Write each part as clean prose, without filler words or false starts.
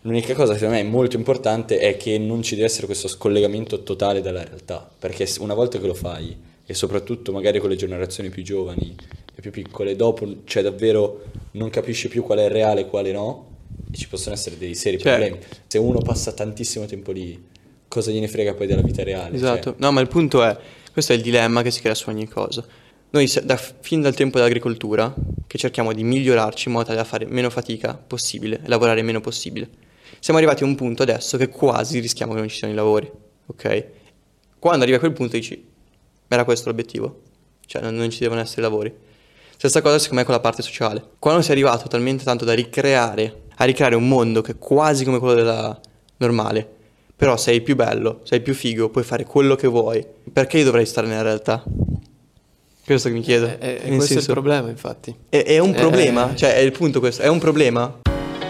L'unica cosa secondo me molto importante è che non ci deve essere questo scollegamento totale dalla realtà, perché una volta che lo fai, e soprattutto magari con le generazioni più giovani e più piccole, dopo cioè davvero non capisci più qual è reale e quale no, e ci possono essere dei seri problemi. Se uno passa tantissimo tempo lì, cosa gliene frega poi della vita reale? Esatto, no, ma il punto è, questo è il dilemma che si crea su ogni cosa. Noi fin dal tempo dell'agricoltura che cerchiamo di migliorarci in modo tale da fare meno fatica possibile e lavorare meno possibile. Siamo arrivati a un punto adesso che quasi rischiamo che non ci siano i lavori, ok? Quando arrivi a quel punto dici, era questo l'obiettivo? Cioè non ci devono essere lavori. Stessa cosa secondo me con la parte sociale. Quando sei arrivato talmente tanto da ricreare un mondo che è quasi come quello della normale, però sei più bello, sei più figo, puoi fare quello che vuoi, perché io dovrei stare nella realtà? Questo che mi chiedo. Questo è il problema, infatti. È un problema? Cioè, è il punto questo, è un problema?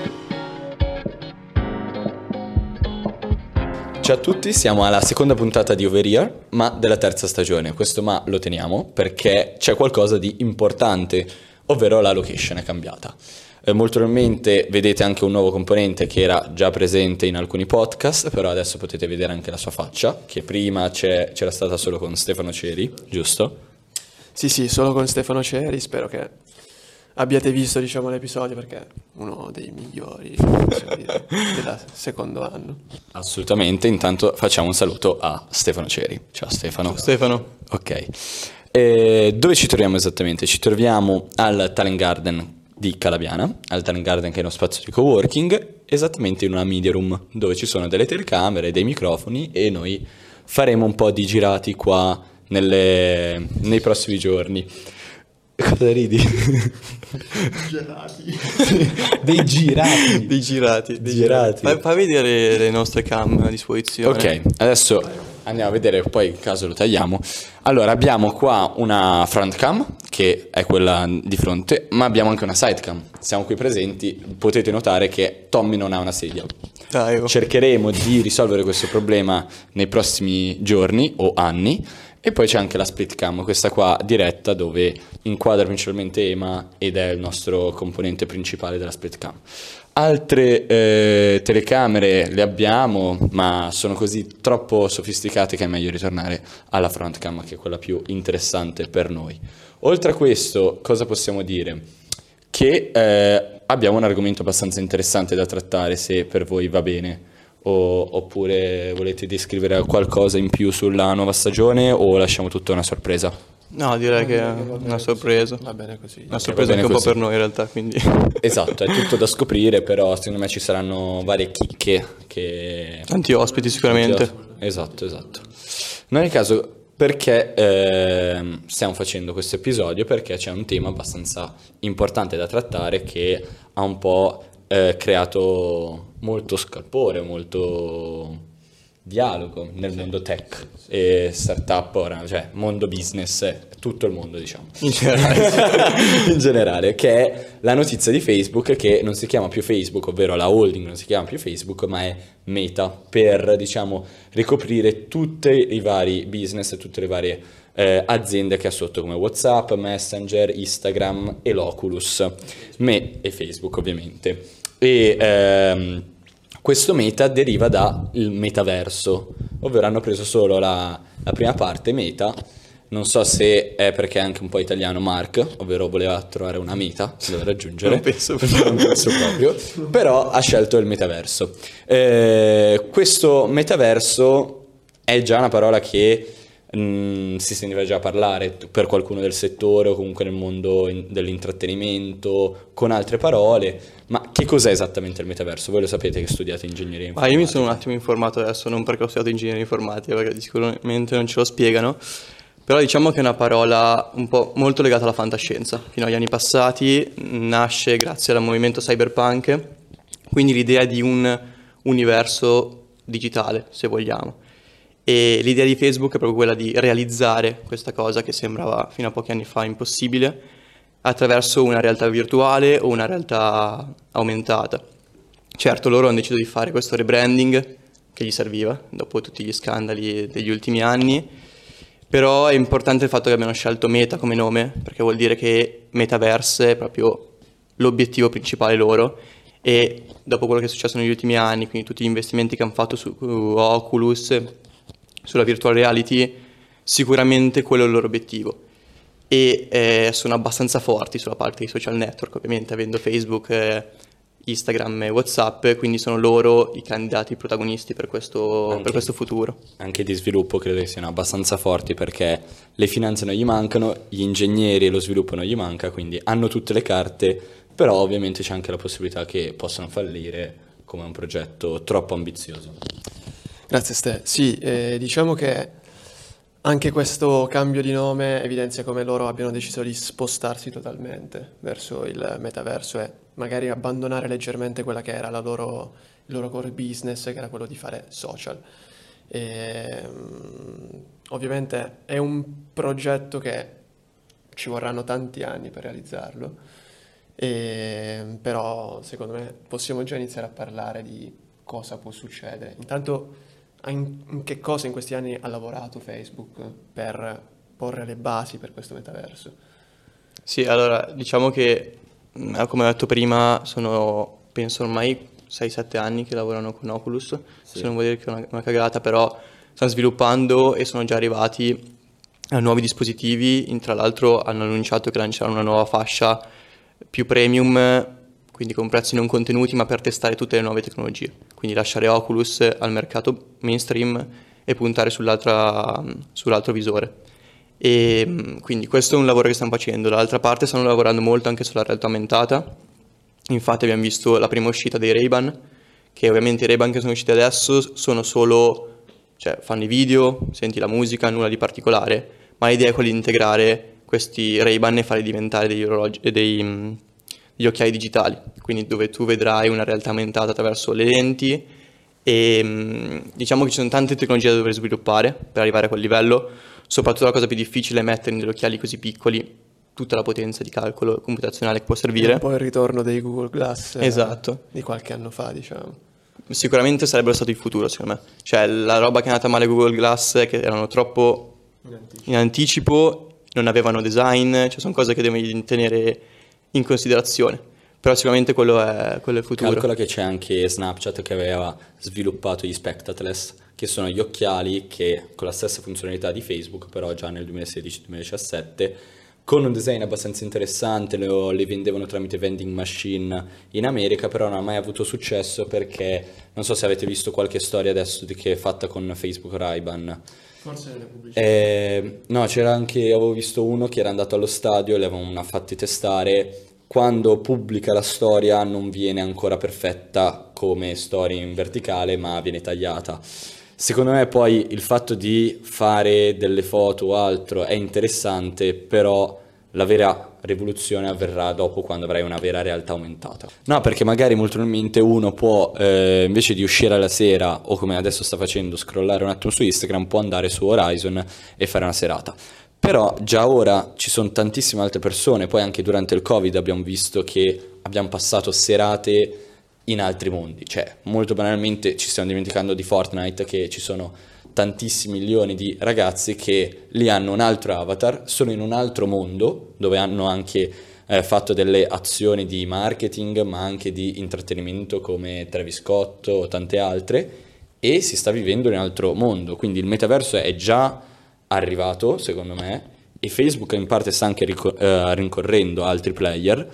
Ciao a tutti, siamo alla seconda puntata di Over Here, ma della terza stagione. Questo ma lo teniamo perché c'è qualcosa di importante, ovvero la location è cambiata. Molto probabilmente vedete anche un nuovo componente che era già presente in alcuni podcast, però adesso potete vedere anche la sua faccia, che prima c'era stata solo con Stefano Ceri, giusto? Sì, solo con Stefano Ceri, spero che abbiate visto, diciamo, l'episodio perché è uno dei migliori del secondo anno. Assolutamente, intanto facciamo un saluto a Stefano Ceri. Ciao Stefano. Ciao Stefano. Ok, dove ci troviamo esattamente? Ci troviamo al Talent Garden di Calabiana, al Talent Garden che è uno spazio di coworking, esattamente in una media room dove ci sono delle telecamere, dei microfoni e noi faremo un po' di girati qua nei prossimi giorni. Cosa ridi? Dei girati. Fai vedere le nostre cam a disposizione. Ok, adesso andiamo a vedere, poi in caso lo tagliamo. Allora, abbiamo qua una front cam, che è quella di fronte, ma abbiamo anche una side cam. Siamo qui presenti, potete notare che Tommy non ha una sedia. Cercheremo di risolvere questo problema nei prossimi giorni o anni. E poi c'è anche la split cam, questa qua diretta dove inquadra principalmente Ema ed è il nostro componente principale della split cam. Altre telecamere le abbiamo, ma sono così troppo sofisticate che è meglio ritornare alla front cam, che è quella più interessante per noi. Oltre a questo, cosa possiamo dire? Che abbiamo un argomento abbastanza interessante da trattare, se per voi va bene. Oppure volete descrivere qualcosa in più sulla nuova stagione o lasciamo tutto una sorpresa? No, direi che è una sorpresa. Va bene così. Una sorpresa anche un po' per noi in realtà, quindi. Esatto, è tutto da scoprire, però secondo me ci saranno varie chicche che... Tanti ospiti sicuramente. Esatto. In ogni caso, perché stiamo facendo questo episodio? Perché c'è un tema abbastanza importante da trattare che ha un po' creato molto scalpore, molto dialogo nel mondo tech e startup, ora, cioè mondo business, tutto il mondo, diciamo. In generale, che è la notizia di Facebook che non si chiama più Facebook, ovvero la holding non si chiama più Facebook, ma è Meta, per, diciamo, ricoprire tutti i vari business e tutte le varie aziende che ha sotto, come WhatsApp, Messenger, Instagram e l'Oculus, e Facebook ovviamente. E questo meta deriva dal metaverso, ovvero hanno preso solo la prima parte, meta, non so se è perché è anche un po' italiano Mark, ovvero voleva trovare una meta da raggiungere, non penso proprio, però ha scelto il metaverso. Questo metaverso è già una parola che si sentiva già parlare per qualcuno del settore o comunque nel mondo dell'intrattenimento con altre parole, ma che cos'è esattamente il metaverso? Voi lo sapete che studiate ingegneria informatica? Io mi sono un attimo informato adesso, non perché ho studiato ingegneria informatica, perché sicuramente non ce lo spiegano, però diciamo che è una parola un po' molto legata alla fantascienza. Fino agli anni passati nasce grazie al movimento cyberpunk, quindi l'idea di un universo digitale, se vogliamo. E l'idea di Facebook è proprio quella di realizzare questa cosa che sembrava fino a pochi anni fa impossibile attraverso una realtà virtuale o una realtà aumentata. Certo, loro hanno deciso di fare questo rebranding che gli serviva dopo tutti gli scandali degli ultimi anni, però è importante il fatto che abbiano scelto Meta come nome, perché vuol dire che Metaverse è proprio l'obiettivo principale loro e dopo quello che è successo negli ultimi anni, quindi tutti gli investimenti che hanno fatto su Oculus, sulla virtual reality, sicuramente quello è il loro obiettivo. E sono abbastanza forti sulla parte dei social network, ovviamente avendo Facebook, Instagram e WhatsApp, quindi sono loro i candidati protagonisti per questo futuro. Anche di sviluppo credo che siano abbastanza forti perché le finanze non gli mancano, gli ingegneri e lo sviluppo non gli manca, quindi hanno tutte le carte, però ovviamente c'è anche la possibilità che possano fallire come un progetto troppo ambizioso. Grazie Ste. Sì, diciamo che anche questo cambio di nome evidenzia come loro abbiano deciso di spostarsi totalmente verso il metaverso e magari abbandonare leggermente quella che era il loro core business, che era quello di fare social. Ovviamente è un progetto che ci vorranno tanti anni per realizzarlo, però secondo me possiamo già iniziare a parlare di cosa può succedere. Intanto, in che cosa in questi anni ha lavorato Facebook per porre le basi per questo metaverso? Sì, allora diciamo che, come ho detto prima, penso ormai 6-7 anni che lavorano con Oculus, se non vuol dire che è una cagata, però stanno sviluppando e sono già arrivati a nuovi dispositivi. Tra l'altro hanno annunciato che lanceranno una nuova fascia più premium, quindi con prezzi non contenuti, ma per testare tutte le nuove tecnologie. Quindi lasciare Oculus al mercato mainstream e puntare sull'altro visore. E quindi questo è un lavoro che stanno facendo. Dall'altra parte stanno lavorando molto anche sulla realtà aumentata. Infatti abbiamo visto la prima uscita dei Ray-Ban, che ovviamente i Ray-Ban che sono usciti adesso sono solo, cioè fanno i video, senti la musica, nulla di particolare, ma l'idea è quella di integrare questi Ray-Ban e farli diventare degli orologi, degli occhiali digitali, quindi dove tu vedrai una realtà aumentata attraverso le lenti e diciamo che ci sono tante tecnologie da dover sviluppare per arrivare a quel livello. Soprattutto la cosa più difficile è mettere in degli occhiali così piccoli tutta la potenza di calcolo computazionale che può servire. Un po' il ritorno dei Google Glass Esatto. Di qualche anno fa, diciamo. Sicuramente sarebbero stato il futuro, secondo me. Cioè, la roba che è andata male Google Glass, che erano troppo in anticipo, non avevano design, cioè sono cose che devi tenere in considerazione. Però sicuramente quello è il futuro. Calcola che c'è anche Snapchat che aveva sviluppato gli Spectacles, che sono gli occhiali che con la stessa funzionalità di Facebook, però già nel 2016-2017, con un design abbastanza interessante, li vendevano tramite vending machine in America, però non ha mai avuto successo perché, non so se avete visto qualche storia adesso che è fatta con Facebook Ray-Ban. Forse nelle pubblicità. No, c'era anche, avevo visto uno che era andato allo stadio e li avevano fatti testare. Quando pubblica la storia non viene ancora perfetta come storia in verticale, ma viene tagliata. Secondo me poi il fatto di fare delle foto o altro è interessante, però la vera rivoluzione avverrà dopo, quando avrai una vera realtà aumentata. No, perché magari molto probabilmente uno può, invece di uscire alla sera, o come adesso sta facendo, scrollare un attimo su Instagram, può andare su Horizon e fare una serata. Però già ora ci sono tantissime altre persone, poi anche durante il Covid abbiamo visto che abbiamo passato serate in altri mondi, cioè molto banalmente ci stiamo dimenticando di Fortnite, che ci sono tantissimi milioni di ragazzi che lì hanno un altro avatar, sono in un altro mondo dove hanno anche fatto delle azioni di marketing ma anche di intrattenimento come Travis Scott o tante altre, e si sta vivendo in un altro mondo, quindi il metaverso è già arrivato secondo me, e Facebook in parte sta anche rincorrendo altri player,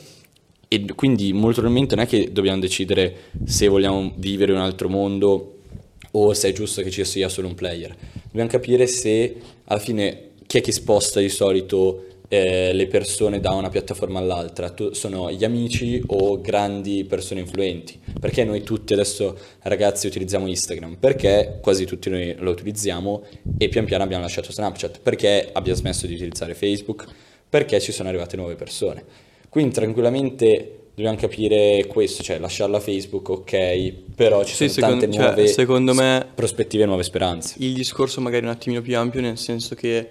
e quindi molto probabilmente non è che dobbiamo decidere se vogliamo vivere in un altro mondo o se è giusto che ci sia solo un player. Dobbiamo capire se alla fine chi è che sposta di solito le persone da una piattaforma all'altra, sono gli amici o grandi persone influenti? Perché noi tutti adesso ragazzi utilizziamo Instagram? Perché quasi tutti noi lo utilizziamo e pian piano abbiamo lasciato Snapchat? Perché abbiamo smesso di utilizzare Facebook? Perché ci sono arrivate nuove persone. Quindi tranquillamente dobbiamo capire questo, cioè lasciarla Facebook, ok, però ci sono tante nuove secondo me prospettive e nuove speranze. Il discorso magari un attimino più ampio, nel senso che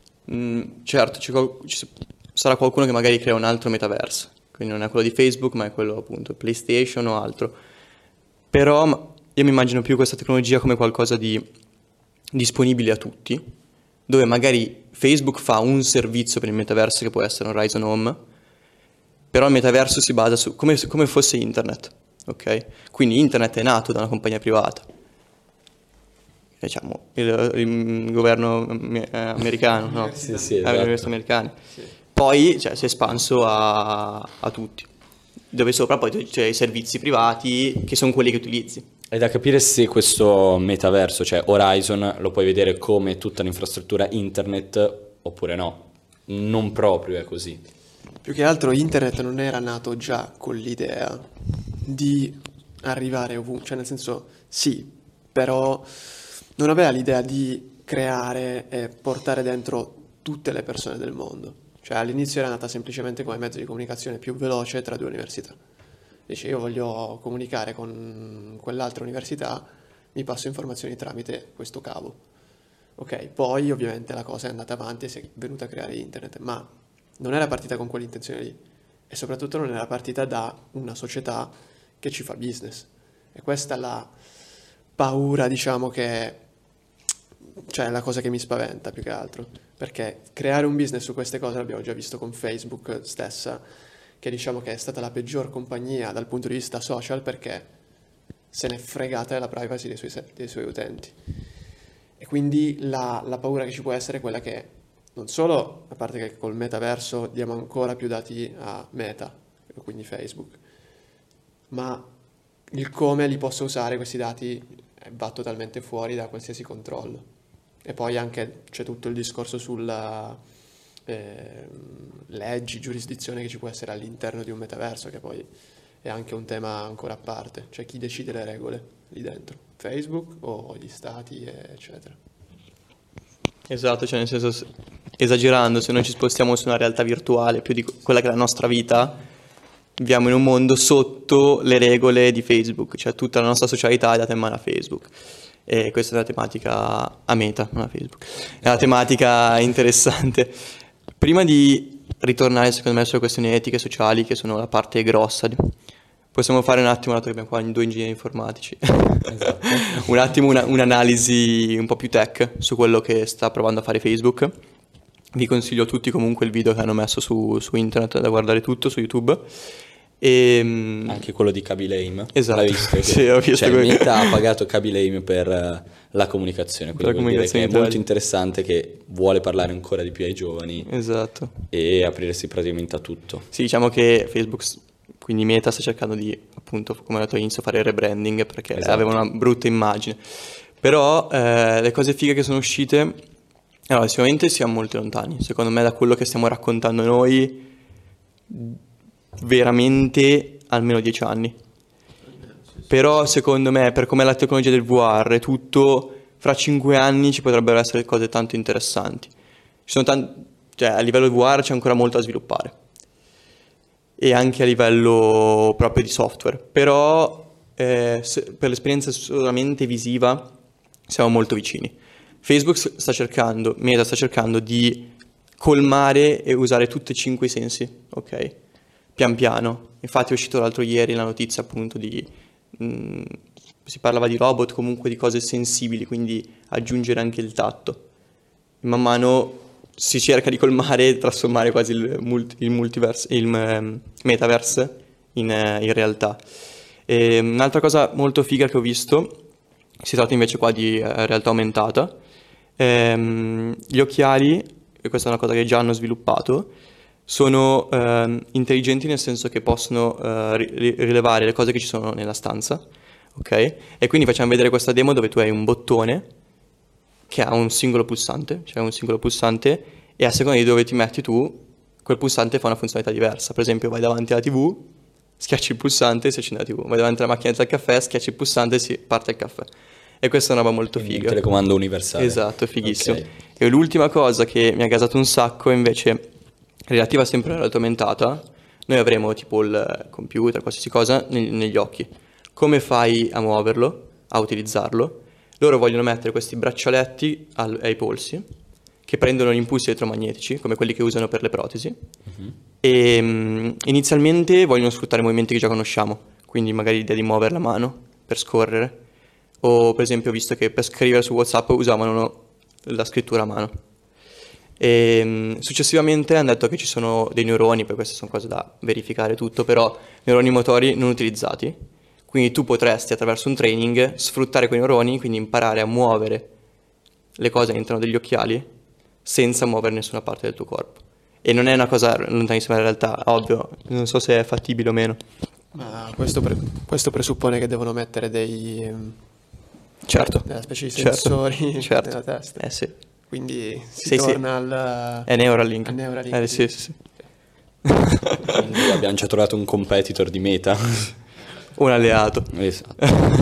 certo sarà qualcuno che magari crea un altro metaverso, quindi non è quello di Facebook ma è quello appunto PlayStation o altro, però io mi immagino più questa tecnologia come qualcosa di disponibile a tutti, dove magari Facebook fa un servizio per il metaverso che può essere un Horizon Home, però il metaverso si basa su come fosse internet, ok? Quindi internet è nato da una compagnia privata, diciamo il governo americano, no? Sì, sì, Le esatto. università americane. Poi cioè, si è espanso a tutti, dove sopra poi c'è i servizi privati che sono quelli che utilizzi. È da capire se questo metaverso, cioè Horizon, lo puoi vedere come tutta l'infrastruttura internet oppure no. Non proprio è così. Più che altro internet non era nato già con l'idea di arrivare ovunque, cioè nel senso sì, però non aveva l'idea di creare e portare dentro tutte le persone del mondo. Cioè all'inizio era nata semplicemente come mezzo di comunicazione più veloce tra due università. Dice io voglio comunicare con quell'altra università, mi passo informazioni tramite questo cavo. Ok, poi ovviamente la cosa è andata avanti e si è venuta a creare internet, ma non era partita con quell'intenzione lì e soprattutto non era partita da una società che ci fa business. E questa è la paura, diciamo, cioè la cosa che mi spaventa più che altro, perché creare un business su queste cose l'abbiamo già visto con Facebook stessa, che diciamo che è stata la peggior compagnia dal punto di vista social perché se n'è fregata della privacy dei suoi utenti. E quindi la paura che ci può essere è quella che non solo, a parte che col metaverso diamo ancora più dati a Meta, quindi Facebook, ma il come li posso usare questi dati va totalmente fuori da qualsiasi controllo. E poi anche c'è tutto il discorso sulla leggi, giurisdizione che ci può essere all'interno di un metaverso, che poi è anche un tema ancora a parte, cioè chi decide le regole lì dentro, Facebook o gli stati, eccetera. Esatto, cioè nel senso, esagerando, se noi ci spostiamo su una realtà virtuale più di quella che è la nostra vita, viviamo in un mondo sotto le regole di Facebook, cioè tutta la nostra socialità è data in mano a Facebook. E questa è una tematica a Meta, non a Facebook. È una tematica interessante. Prima di ritornare, secondo me, sulle questioni etiche e sociali, che sono la parte grossa, possiamo fare un attimo, dato che abbiamo qua due ingegneri informatici, esatto. Un attimo un'analisi un po' più tech su quello che sta provando a fare Facebook. Vi consiglio a tutti comunque il video che hanno messo su internet da guardare tutto, su YouTube. E anche quello di Kaby Lame, esatto. L'hai visto? Sì, ho visto. Cioè Meta ha pagato Kaby Lame per la comunicazione, quindi vuol dire che è molto interessante, che vuole parlare ancora di più ai giovani, esatto, e aprirsi praticamente a tutto. Sì, diciamo che Facebook, quindi Meta, sta cercando di, appunto, come ho detto all'inizio, fare il rebranding perché esatto. aveva una brutta immagine, però le cose fighe che sono uscite, allora sicuramente siamo molto lontani, secondo me, da quello che stiamo raccontando noi, veramente almeno 10 anni. Però secondo me, per come è la tecnologia del VR e tutto, fra 5 anni ci potrebbero essere cose tanto interessanti. Ci sono cioè, a livello VR c'è ancora molto da sviluppare, e anche a livello proprio di software, però per l'esperienza solamente visiva siamo molto vicini. Facebook Meta sta cercando di colmare e usare tutti e 5 i sensi, ok? Pian piano. Infatti è uscito l'altro ieri la notizia, appunto, si parlava di robot, comunque di cose sensibili, quindi aggiungere anche il tatto. Man mano si cerca di colmare e trasformare quasi il metaverse in realtà. E un'altra cosa molto figa che ho visto, si tratta invece qua di realtà aumentata. Gli occhiali, e questa è una cosa che già hanno sviluppato, sono intelligenti nel senso che possono rilevare le cose che ci sono nella stanza, ok? E quindi facciamo vedere questa demo dove tu hai un bottone che ha un singolo pulsante, e a seconda di dove ti metti tu, quel pulsante fa una funzionalità diversa. Per esempio, vai davanti alla TV, schiacci il pulsante e si accende la TV. Vai davanti alla macchinetta del caffè, schiacci il pulsante e si parte il caffè. E questa è una roba molto figa. Un telecomando universale. Esatto, è fighissimo. Okay. E l'ultima cosa che mi ha gasato un sacco, invece, relativa sempre alla realtà aumentata, noi avremo tipo il computer, qualsiasi cosa, negli occhi. Come fai a muoverlo, a utilizzarlo? Loro vogliono mettere questi braccialetti ai polsi, che prendono gli impulsi elettromagnetici, come quelli che usano per le protesi, e inizialmente vogliono sfruttare movimenti che già conosciamo, quindi magari l'idea di muovere la mano per scorrere, o per esempio ho visto che per scrivere su WhatsApp usavano la scrittura a mano. E successivamente hanno detto che ci sono dei neuroni, poi queste sono cose da verificare tutto, però neuroni motori non utilizzati, Quindi tu potresti attraverso un training sfruttare quei neuroni, quindi imparare a muovere le cose all'interno degli occhiali senza muovere nessuna parte del tuo corpo. E non è una cosa lontanissima dalla realtà, ovvio, non so se è fattibile o meno. Ma questo presuppone che devono mettere Certo. della specie di Certo, sensori certo. nella testa. Sì. Quindi si Sì, torna al... È Neuralink. al Neuralink. Sì, sì, sì. Quindi abbiamo già trovato un competitor di Meta. Un alleato. Esatto.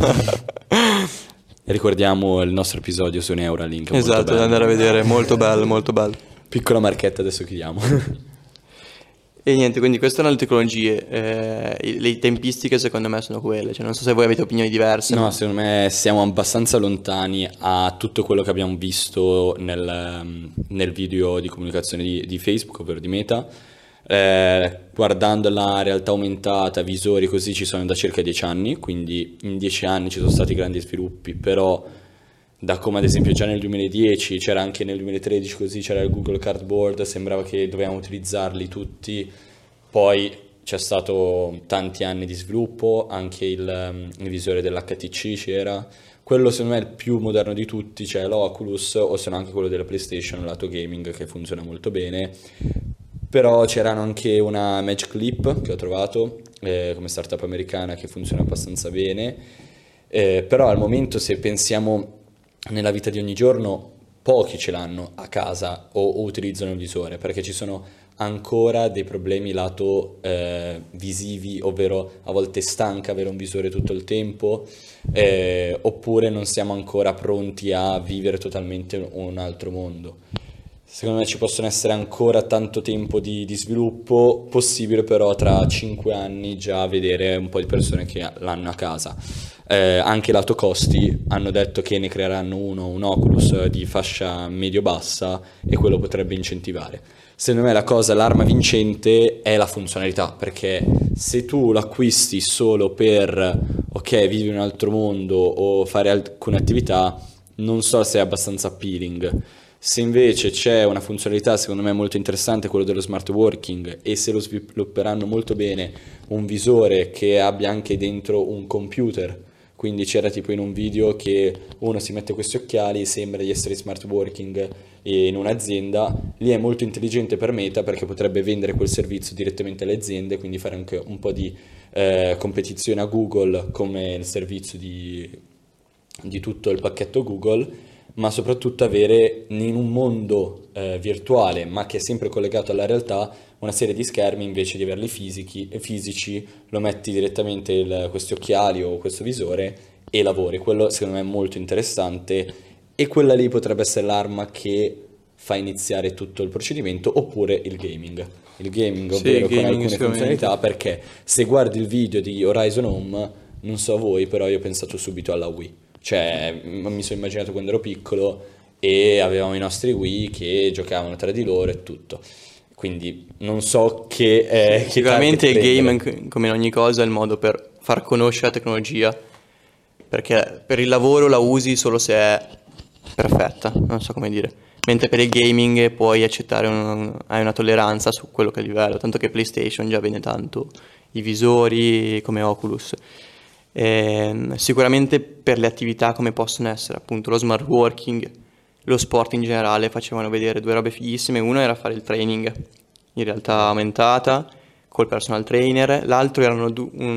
E ricordiamo il nostro episodio su Neuralink. molto Esatto, da bello. andare a vedere, molto bello, molto bello. Piccola marchetta, adesso chiudiamo. E niente, quindi queste sono le tecnologie, le tempistiche secondo me sono quelle, cioè non so se voi avete opinioni diverse. No, secondo me siamo abbastanza lontani a tutto quello che abbiamo visto nel video di comunicazione di Facebook, ovvero di Meta. Guardando la realtà aumentata, visori così, ci sono da circa 10 anni, quindi in 10 anni ci sono stati grandi sviluppi, però da come ad esempio già nel 2010, c'era anche nel 2013 così, c'era il Google Cardboard, sembrava che dovevamo utilizzarli tutti, poi c'è stato tanti anni di sviluppo, anche il visore dell'HTC c'era, quello secondo me è il più moderno di tutti, c'è l'Oculus o se no anche quello della PlayStation, lato gaming, che funziona molto bene, però c'erano anche una Magic Leap che ho trovato come startup americana che funziona abbastanza bene, però al momento se pensiamo nella vita di ogni giorno pochi ce l'hanno a casa o utilizzano il visore perché ci sono ancora dei problemi lato visivi, ovvero a volte stanca avere un visore tutto il tempo, oppure non siamo ancora pronti a vivere totalmente un altro mondo. Secondo me ci possono essere ancora tanto tempo di sviluppo possibile, però tra 5 anni già vedere un po' di persone che l'hanno a casa. Anche lato costi hanno detto che ne creeranno un Oculus di fascia medio-bassa e quello potrebbe incentivare. Secondo me l'arma vincente è la funzionalità, perché se tu l'acquisti solo per, ok, vivi in un altro mondo o fare alcune attività, non so se è abbastanza appealing. Se invece c'è una funzionalità secondo me molto interessante, quello dello smart working, e se lo svilupperanno molto bene un visore che abbia anche dentro un computer, quindi c'era tipo in un video che uno si mette questi occhiali, sembra di essere smart working in un'azienda, lì è molto intelligente per Meta perché potrebbe vendere quel servizio direttamente alle aziende, quindi fare anche un po' di competizione a Google come il servizio di tutto il pacchetto Google, ma soprattutto avere in un mondo virtuale ma che è sempre collegato alla realtà una serie di schermi, invece di averli fisici lo metti direttamente questi occhiali o questo visore e lavori. Quello secondo me è molto interessante e quella lì potrebbe essere l'arma che fa iniziare tutto il procedimento, oppure il gaming ovvero con alcune funzionalità, perché se guardi il video di Horizon Home, non so voi, però io ho pensato subito alla Wii. Cioè, mi sono immaginato quando ero piccolo e avevamo i nostri Wii che giocavano tra di loro e tutto. Quindi non so che sicuramente il game, come in ogni cosa, è il modo per far conoscere la tecnologia, perché per il lavoro la usi solo se è perfetta, non so come dire. Mentre per il gaming puoi accettare, hai una tolleranza su quello che è il livello, tanto che PlayStation già vende tanto i visori come Oculus. Sicuramente per le attività come possono essere appunto lo smart working, lo sport in generale, facevano vedere due robe fighissime. Uno era fare il training in realtà aumentata col personal trainer, l'altro erano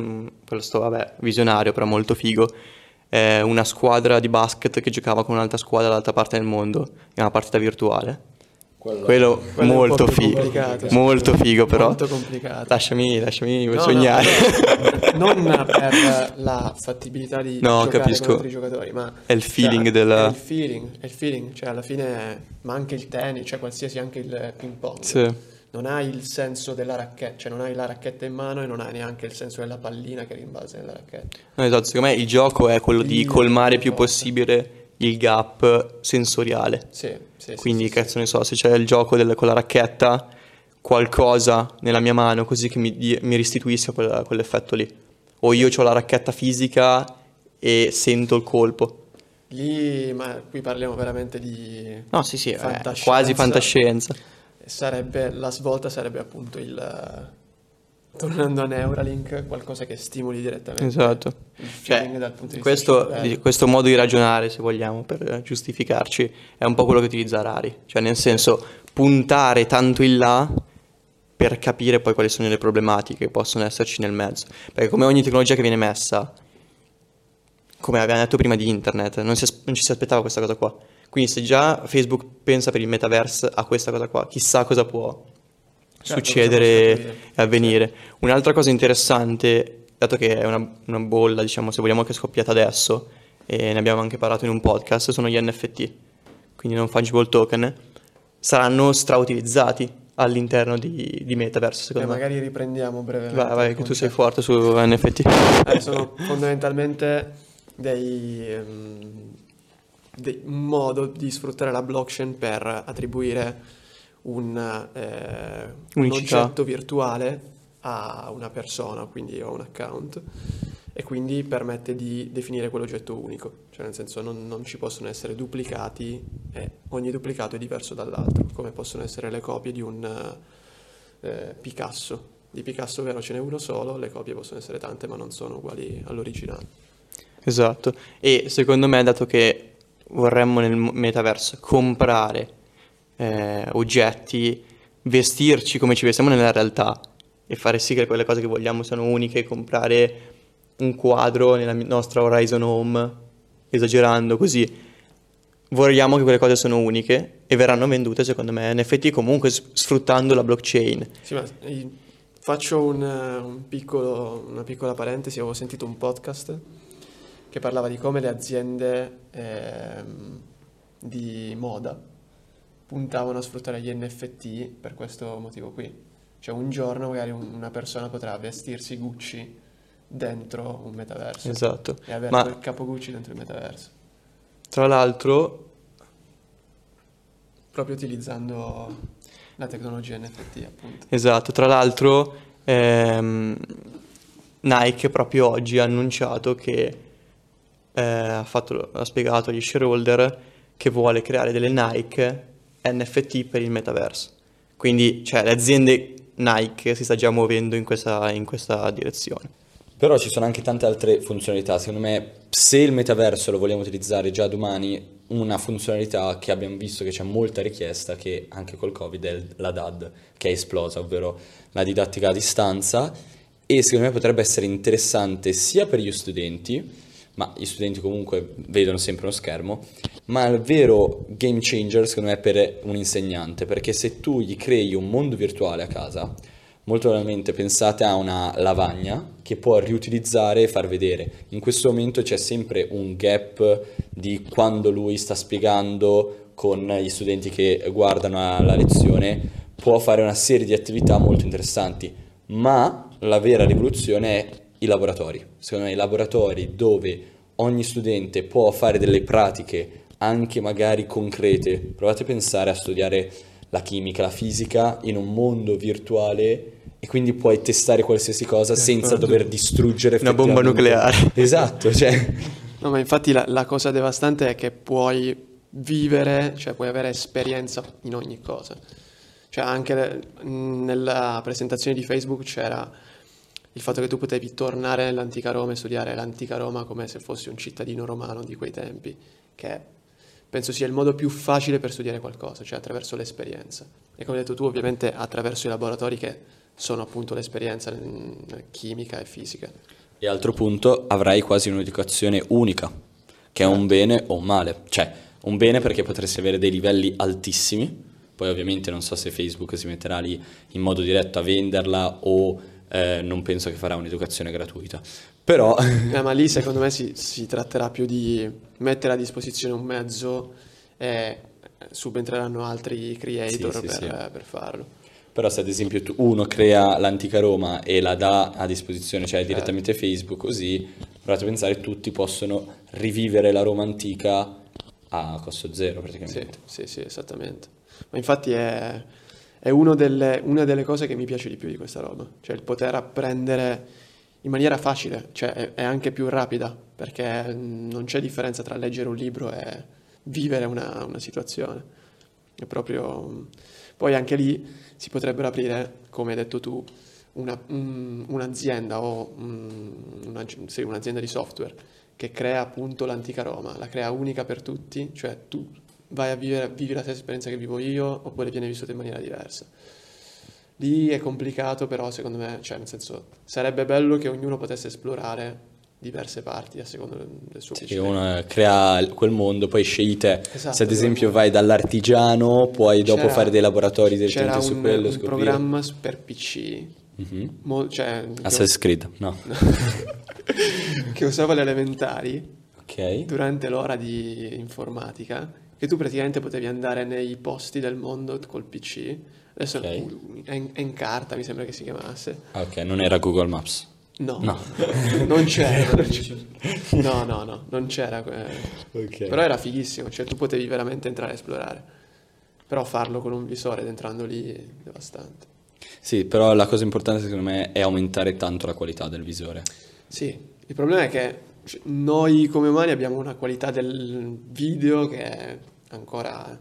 visionario però molto figo, una squadra di basket che giocava con un'altra squadra dall'altra parte del mondo in una partita virtuale. Quello molto figo, molto figo però. Molto complicato. Lasciami sognare. No, non per la fattibilità di giocare capisco. con altri giocatori, ma è il feeling è il feeling, cioè alla fine, ma anche il tennis, cioè qualsiasi, anche il ping pong. Sì. Non hai il senso della racchetta, cioè non hai la racchetta in mano e non hai neanche il senso della pallina che rimbalza nella racchetta. No, esatto, secondo me il gioco è quello di colmare più possibile il gap sensoriale. Sì, quindi cazzo ne so, se c'è il gioco con la racchetta, qualcosa nella mia mano così che mi restituisca quell'effetto lì. O io ho la racchetta fisica e sento il colpo. Lì, ma qui parliamo veramente di No, sì, fantascienza. quasi fantascienza. La svolta sarebbe appunto tornando a Neuralink, qualcosa che stimoli direttamente Esatto. il feeling dal punto di vista Questo, cervello. questo modo di ragionare, se vogliamo, per giustificarci, è un po' quello che utilizza Rari. Cioè, nel senso, puntare tanto in là per capire poi quali sono le problematiche che possono esserci nel mezzo. Perché come ogni tecnologia che viene messa, come abbiamo detto prima di internet, non ci si aspettava questa cosa qua. Quindi se già Facebook pensa per il metaverse a questa cosa qua, chissà cosa può succedere cosa può e avvenire. Un'altra cosa interessante, dato che è una bolla, diciamo, se vogliamo, che è scoppiata adesso, e ne abbiamo anche parlato in un podcast, sono gli NFT, quindi non fungible token, saranno strautilizzati all'interno di Metaverse, secondo me. magari riprendiamo brevemente. Vai, il che tu sei concetto. forte su NFT. Sono fondamentalmente un modo di sfruttare la blockchain per attribuire un Unicità. oggetto virtuale a una persona, quindi a un account, e quindi permette di definire quell'oggetto unico, cioè nel senso non ci possono essere duplicati e ogni duplicato è diverso dall'altro, come possono essere le copie di un Picasso. Di Picasso, vero, ce n'è uno solo, le copie possono essere tante ma non sono uguali all'originale. Esatto. E secondo me, dato che vorremmo nel metaverso comprare oggetti, vestirci come ci vestiamo nella realtà e fare sì che quelle cose che vogliamo siano uniche, comprare un quadro nella nostra Horizon Home, esagerando così, vogliamo che quelle cose sono uniche e verranno vendute, secondo me, NFT comunque sfruttando la blockchain. Sì, ma faccio una piccola parentesi. Avevo sentito un podcast che parlava di come le aziende di moda puntavano a sfruttare gli NFT per questo motivo qui. Cioè un giorno magari una persona potrà vestirsi Gucci dentro un metaverso. Esatto. E avere Ma quel capo Gucci dentro il metaverso. tra l'altro, Proprio utilizzando la tecnologia NFT, appunto. esatto, tra l'altro Nike proprio oggi ha annunciato che ha spiegato agli shareholder che vuole creare delle Nike NFT per il metaverso. Quindi, cioè, le aziende Nike si sta già muovendo in questa direzione. Però ci sono anche tante altre funzionalità. Secondo me, se il metaverso lo vogliamo utilizzare già domani, una funzionalità che abbiamo visto che c'è molta richiesta, che anche col Covid, è la DAD, che è esplosa, ovvero la didattica a distanza, e secondo me potrebbe essere interessante sia per gli studenti, ma gli studenti comunque vedono sempre uno schermo, ma il vero game changer secondo me è per un insegnante, perché se tu gli crei un mondo virtuale a casa, molto probabilmente pensate a una lavagna che può riutilizzare e far vedere. In questo momento c'è sempre un gap di quando lui sta spiegando con gli studenti che guardano la lezione, può fare una serie di attività molto interessanti, ma la vera rivoluzione è i laboratori. Secondo me i laboratori dove ogni studente può fare delle pratiche anche magari concrete. Provate a pensare a studiare la chimica, la fisica in un mondo virtuale e quindi puoi testare qualsiasi cosa senza dover distruggere Una bomba effettivamente. nucleare. Esatto, cioè No, ma infatti la cosa devastante è che puoi vivere, cioè puoi avere esperienza in ogni cosa. Cioè anche nella presentazione di Facebook c'era il fatto che tu potevi tornare nell'antica Roma e studiare l'antica Roma come se fossi un cittadino romano di quei tempi, che penso sia il modo più facile per studiare qualcosa, cioè attraverso l'esperienza. E come hai detto tu, ovviamente attraverso i laboratori che sono appunto l'esperienza in chimica e fisica. e altro punto, avrai quasi un'educazione unica, che è un bene o un male. Cioè, un bene perché potresti avere dei livelli altissimi, poi ovviamente non so se Facebook si metterà lì in modo diretto a venderla o non penso che farà un'educazione gratuita. Però Ma lì secondo me si tratterà più di mettere a disposizione un mezzo e subentreranno altri creator Sì, sì. per farlo. Però se ad esempio uno crea l'antica Roma e la dà a disposizione, cioè direttamente Facebook, così provate a pensare, tutti possono rivivere la Roma antica a costo zero praticamente. Sì, esattamente. Ma infatti è una delle cose che mi piace di più di questa roba, cioè il poter apprendere in maniera facile, cioè è anche più rapida, perché non c'è differenza tra leggere un libro e vivere una situazione. È proprio... Poi anche lì si potrebbero aprire, come hai detto tu, un'azienda o un'azienda di software che crea appunto l'antica Roma, la crea unica per tutti, cioè tu vai a vivi la stessa esperienza che vivo io, oppure viene vissuta in maniera diversa. Lì è complicato, però secondo me, cioè nel senso, sarebbe bello che ognuno potesse esplorare diverse parti a seconda del suo Sì, piacere. uno crea quel mondo, poi scegli te. Esatto, Se ad esempio vai dall'artigiano, puoi dopo C'era- fare dei laboratori C'era direttamente su quello, un scoprire. programma per PC, cioè, Assassin's Creed, no. che usavo alle elementari Ok. durante l'ora di informatica, che tu praticamente potevi andare nei posti del mondo col PC. Adesso Ok. Encarta mi sembra che si chiamasse. Ah, ok, non era Google Maps. No, No. non c'era. No, non c'era. Ok. Però era fighissimo, cioè tu potevi veramente entrare a esplorare. Però farlo con un visore ed entrando lì è devastante. Sì, però la cosa importante secondo me è aumentare tanto la qualità del visore. Sì, il problema è che noi come umani abbiamo una qualità del video che ancora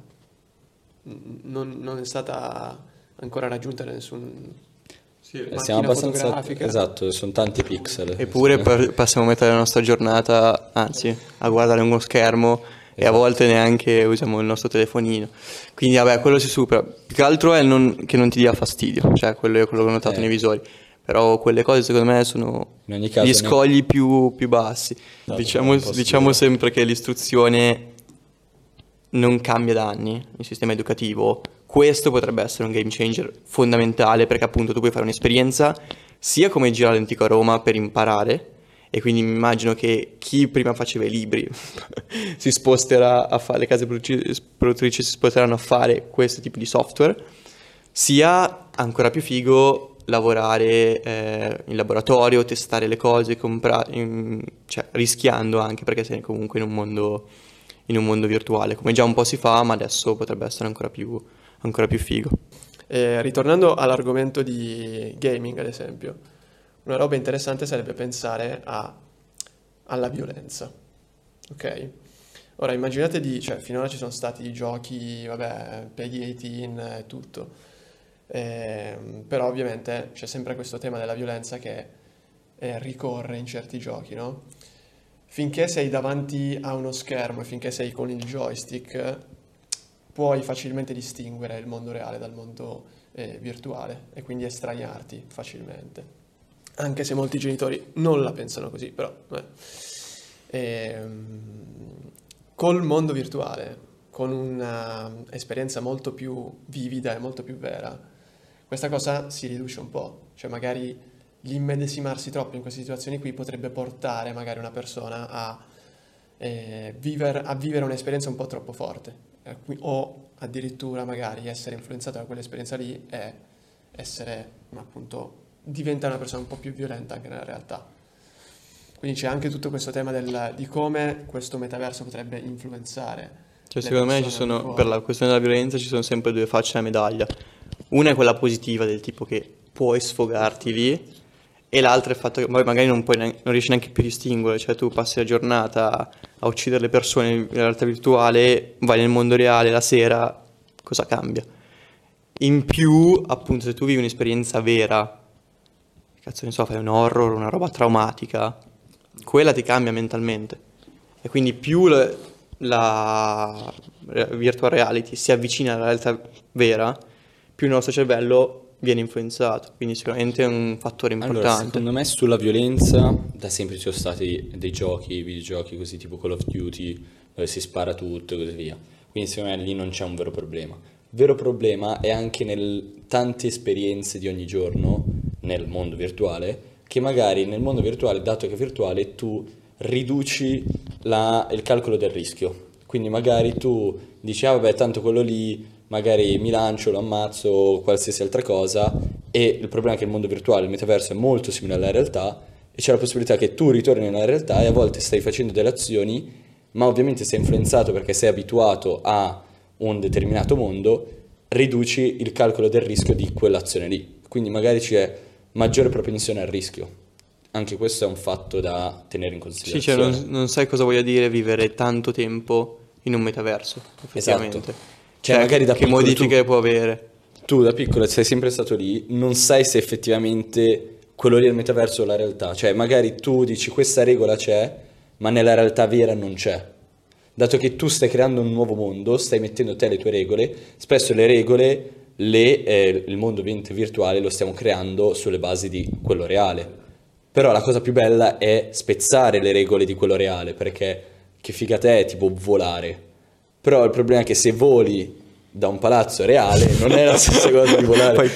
non è stata ancora raggiunta da nessun macchina Siamo abbastanza... fotografica. Esatto, sono tanti pixel. Eppure passiamo metà della nostra giornata, anzi, a guardare uno schermo e a volte neanche usiamo il nostro telefonino. Quindi vabbè, quello si supera. Più che altro è che non ti dia fastidio, cioè quello è quello che ho notato nei visori. Però quelle cose secondo me sono In ogni caso gli scogli più bassi. posso Diciamo dire. sempre che l'istruzione non cambia da anni, il sistema educativo. Questo potrebbe essere un game changer fondamentale, perché appunto tu puoi fare un'esperienza sia come girare l'antica Roma per imparare, e quindi mi immagino che chi prima faceva i libri si sposterà a fare, le case produttrici si sposteranno a fare questo tipo di software, sia ancora più figo lavorare in laboratorio, testare le cose, cioè rischiando anche, perché sei comunque in un mondo virtuale, come già un po' si fa, ma adesso potrebbe essere ancora più figo. Ritornando all'argomento di gaming, ad esempio, una roba interessante sarebbe pensare alla violenza, ok? Ora immaginate cioè finora ci sono stati giochi, vabbè, Peggy 18 e tutto, però ovviamente c'è sempre questo tema della violenza che ricorre in certi giochi, no? Finché sei davanti a uno schermo e finché sei con il joystick, puoi facilmente distinguere il mondo reale dal mondo virtuale e quindi estraniarti facilmente. Anche se molti genitori non la pensano così, però col mondo virtuale, con un'esperienza molto più vivida e molto più vera, questa cosa si riduce un po', cioè magari l'immedesimarsi troppo in queste situazioni qui potrebbe portare magari una persona a vivere un'esperienza un po' troppo forte, o addirittura magari essere influenzato da quell'esperienza lì e essere appunto diventa una persona un po' più violenta anche nella realtà. Quindi c'è anche tutto questo tema di come questo metaverso potrebbe influenzare. Cioè, le secondo me persone al di fuori. per la questione della violenza ci sono sempre due facce alla medaglia. Una è quella positiva, del tipo che puoi sfogarti lì, e l'altra è il fatto che poi magari non riesci neanche più a distinguere, cioè tu passi la giornata a uccidere le persone in realtà virtuale, vai nel mondo reale la sera, cosa cambia? In più, appunto, se tu vivi un'esperienza vera, cazzo ne so, fai un horror, una roba traumatica, quella ti cambia mentalmente. E quindi più la virtual reality si avvicina alla realtà vera, più il nostro cervello viene influenzato, quindi sicuramente è un fattore importante. Allora, secondo me sulla violenza da sempre ci sono stati dei videogiochi così tipo Call of Duty, dove si spara tutto e così via. Quindi secondo me lì non c'è un vero problema. Il vero problema è anche nel tante esperienze di ogni giorno nel mondo virtuale, che magari nel mondo virtuale, dato che è virtuale, tu riduci il calcolo del rischio. Quindi magari tu dici, ah vabbè, tanto quello lì magari mi lancio, lo ammazzo o qualsiasi altra cosa, e il problema è che il mondo virtuale, il metaverso è molto simile alla realtà e c'è la possibilità che tu ritorni nella realtà e a volte stai facendo delle azioni, ma ovviamente sei influenzato perché sei abituato a un determinato mondo, riduci il calcolo del rischio di quell'azione lì, quindi magari c'è maggiore propensione al rischio. Anche questo è un fatto da tenere in Sì, considerazione. cioè non sai cosa voglia dire vivere tanto tempo in un metaverso, effettivamente. Esatto. Cioè, magari da che piccolo modifiche può avere. tu da piccolo sei sempre stato lì, non sai se effettivamente quello lì è il metaverso o la realtà. Cioè, magari tu dici questa regola c'è, ma nella realtà vera non c'è. Dato che tu stai creando un nuovo mondo, stai mettendo te le tue regole, spesso le regole, il mondo ovviamente virtuale lo stiamo creando sulle basi di quello reale. Però la cosa più bella è spezzare le regole di quello reale, perché che figata è tipo volare. Però il problema è che se voli da un palazzo reale non è la stessa cosa di volare. Poi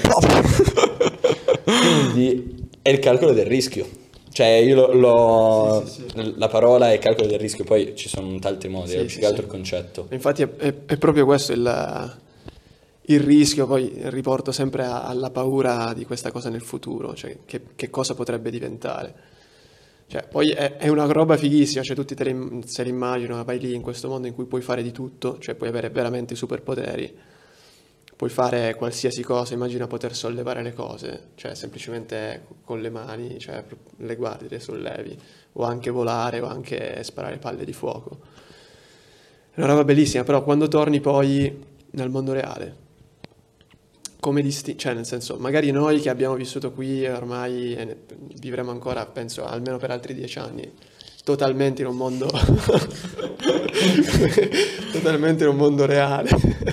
Quindi è il calcolo del rischio. Cioè io la parola è calcolo del rischio, poi ci sono tanti modi, Sì, è più sì, che altro sì. il concetto. Infatti è proprio questo il rischio, poi riporto sempre alla paura di questa cosa nel futuro, cioè che cosa potrebbe diventare. Cioè, poi è una roba fighissima, cioè tutti se li immaginano, vai lì in questo mondo in cui puoi fare di tutto, cioè puoi avere veramente i superpoteri, puoi fare qualsiasi cosa, immagina poter sollevare le cose, cioè semplicemente con le mani, cioè le guardi, le sollevi, o anche volare, o anche sparare palle di fuoco. È una roba bellissima, però quando torni poi nel mondo reale, come cioè nel senso, magari noi che abbiamo vissuto qui ormai vivremo ancora, penso, almeno per altri 10 anni, totalmente in un mondo totalmente in un mondo reale.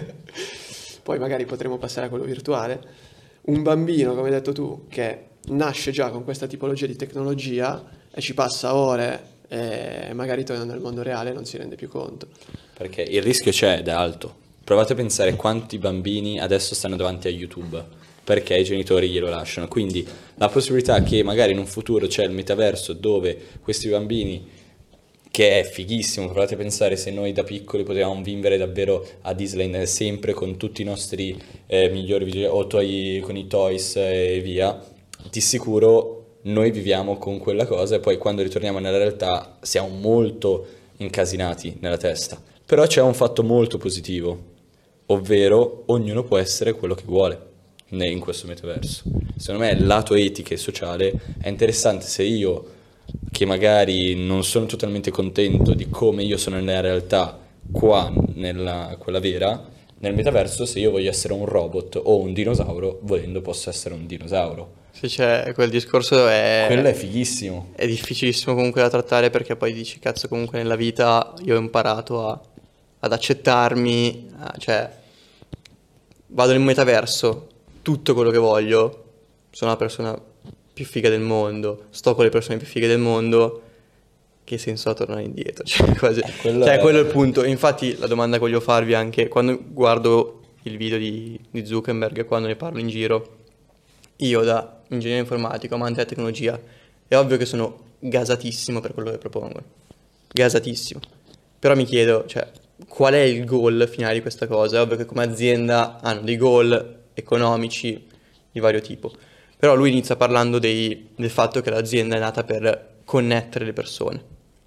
Poi magari potremo passare a quello virtuale. Un bambino, come hai detto tu, che nasce già con questa tipologia di tecnologia e ci passa ore e magari torna nel mondo reale e non si rende più conto. Perché il rischio c'è ed è alto. Provate a pensare quanti bambini adesso stanno davanti a YouTube perché i genitori glielo lasciano. Quindi la possibilità che magari in un futuro c'è il metaverso dove questi bambini, che è fighissimo, provate a pensare se noi da piccoli potevamo vivere davvero a Disneyland sempre con tutti i nostri migliori videogiochi o con i toys e via, di sicuro noi viviamo con quella cosa e poi quando ritorniamo nella realtà siamo molto incasinati nella testa. Però c'è un fatto molto positivo, ovvero ognuno può essere quello che vuole in questo metaverso. Secondo me il lato etico e sociale è interessante. Se io, che magari non sono totalmente contento di come io sono nella realtà qua, quella vera, nel metaverso, se io voglio essere un robot o un dinosauro, volendo posso essere un dinosauro. se c'è quel discorso Quello è fighissimo. è difficilissimo comunque da trattare perché poi dici, cazzo, comunque nella vita io ho imparato ad accettarmi, cioè vado nel metaverso, tutto quello che voglio, sono la persona più figa del mondo, sto con le persone più fighe del mondo, che senso ha tornare indietro? Cioè, quello quello è- è il punto. Infatti la domanda che voglio farvi anche, quando guardo il video di Zuckerberg e quando ne parlo in giro, io da ingegnere informatico, amante della tecnologia, è ovvio che sono gasatissimo per quello che propongono, gasatissimo. Però mi chiedo, cioè, qual è il goal finale di questa cosa? È ovvio che come azienda hanno dei goal economici di vario tipo, però lui inizia parlando del fatto che l'azienda è nata per connettere le persone.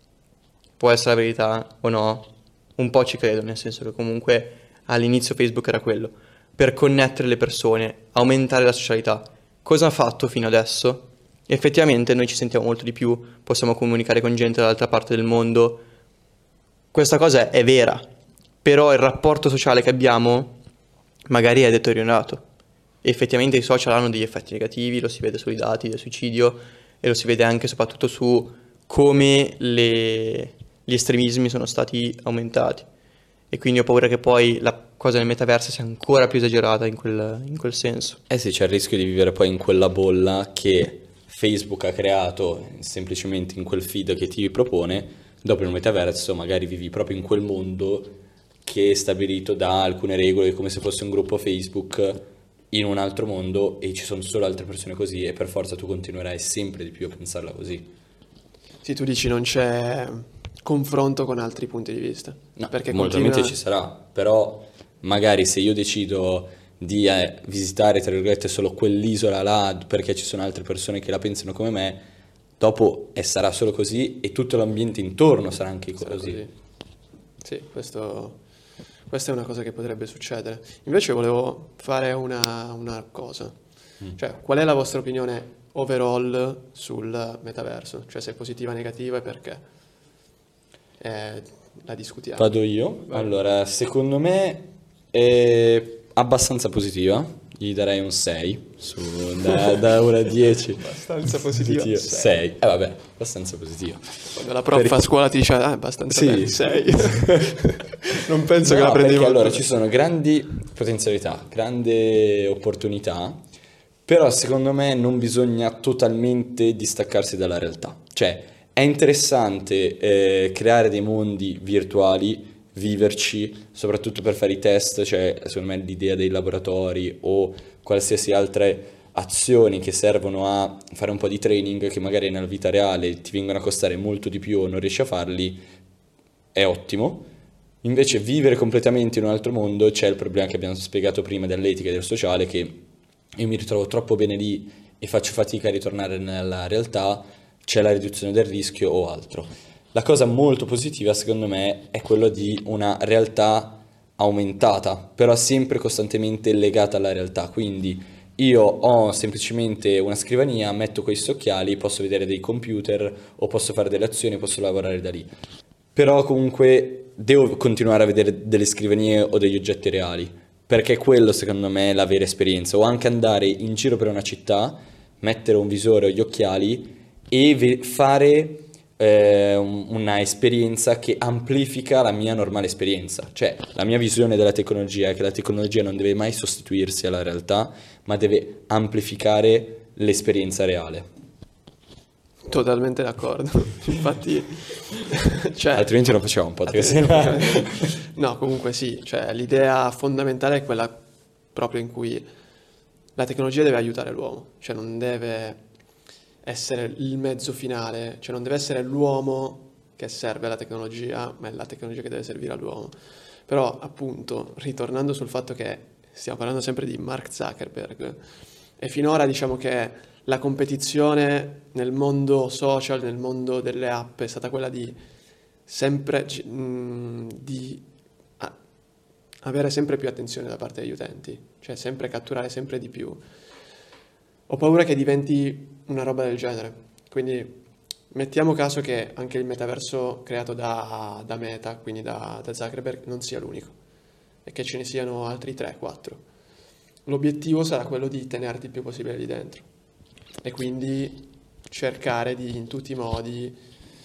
Può essere la verità o no? Un po' ci credo, nel senso che comunque all'inizio Facebook era quello, per connettere le persone, aumentare la socialità. Cosa ha fatto fino adesso? Effettivamente noi ci sentiamo molto di più, possiamo comunicare con gente dall'altra parte del mondo. Questa cosa è vera, però il rapporto sociale che abbiamo magari è deteriorato. Effettivamente i social hanno degli effetti negativi, lo si vede sui dati del suicidio e lo si vede anche e soprattutto su come gli estremismi sono stati aumentati. E quindi ho paura che poi la cosa del metaverso sia ancora più esagerata in quel senso. Eh sì, c'è il rischio di vivere poi in quella bolla che Facebook ha creato semplicemente in quel feed che ti propone. Dopo il metaverso magari vivi proprio in quel mondo che è stabilito da alcune regole, come se fosse un gruppo Facebook in un altro mondo e ci sono solo altre persone così e per forza tu continuerai sempre di più a pensarla così. Sì, tu dici non c'è confronto con altri punti di vista. No, Perché molto probabilmente ci sarà, però magari se io decido di visitare, tra virgolette, solo quell'isola là perché ci sono altre persone che la pensano come me, dopo sarà solo così e tutto l'ambiente intorno sarà anche sarà così. così. Sì, questa è una cosa che potrebbe succedere. Invece volevo fare una cosa. Cioè, qual è la vostra opinione overall sul metaverso? Cioè, se è positiva o negativa e perché? La discutiamo. Vado io. Vai. Allora, secondo me è abbastanza positiva. gli darei un 6 da 1 a 10. Abbastanza positivo. 6. Vabbè, abbastanza positivo. Quando la prof a scuola ti dice, abbastanza Sì. bene, 6. Non penso che No, la prendi perché molto. allora ci sono grandi potenzialità, grandi opportunità, però secondo me non bisogna totalmente distaccarsi dalla realtà. Cioè, è interessante creare dei mondi virtuali, viverci, soprattutto per fare i test, cioè secondo me l'idea dei laboratori o qualsiasi altre azioni che servono a fare un po' di training che magari nella vita reale ti vengono a costare molto di più o non riesci a farli, è ottimo. Invece vivere completamente in un altro mondo c'è il problema che abbiamo spiegato prima dell'etica e del sociale, che io mi ritrovo troppo bene lì e faccio fatica a ritornare nella realtà, c'è la riduzione del rischio o altro. La cosa molto positiva secondo me è quello di una realtà aumentata, però sempre costantemente legata alla realtà, quindi io ho semplicemente una scrivania, metto questi occhiali, posso vedere dei computer o posso fare delle azioni, posso lavorare da lì. Però comunque devo continuare a vedere delle scrivanie o degli oggetti reali, perché quello secondo me è la vera esperienza, o anche andare in giro per una città, mettere un visore o gli occhiali e fare una esperienza che amplifica la mia normale esperienza. Cioè la mia visione della tecnologia è che la tecnologia non deve mai sostituirsi alla realtà, ma deve amplificare l'esperienza reale. Totalmente d'accordo. Infatti, cioè, Altrimenti non facciamo un podcast. no, comunque sì, cioè l'idea fondamentale è quella proprio in cui la tecnologia deve aiutare l'uomo, cioè non deve essere il mezzo finale, cioè non deve essere l'uomo che serve alla tecnologia, ma è la tecnologia che deve servire all'uomo. Però appunto, ritornando sul fatto che stiamo parlando sempre di Mark Zuckerberg, e finora diciamo che la competizione nel mondo social, nel mondo delle app è stata quella di sempre avere sempre più attenzione da parte degli utenti, cioè sempre catturare sempre di più. Ho paura che diventi una roba del genere, quindi mettiamo caso che anche il metaverso creato da Meta, quindi da Zuckerberg, non sia l'unico e che ce ne siano altri 3-4. L'obiettivo sarà quello di tenerti il più possibile lì dentro e quindi cercare di, in tutti i modi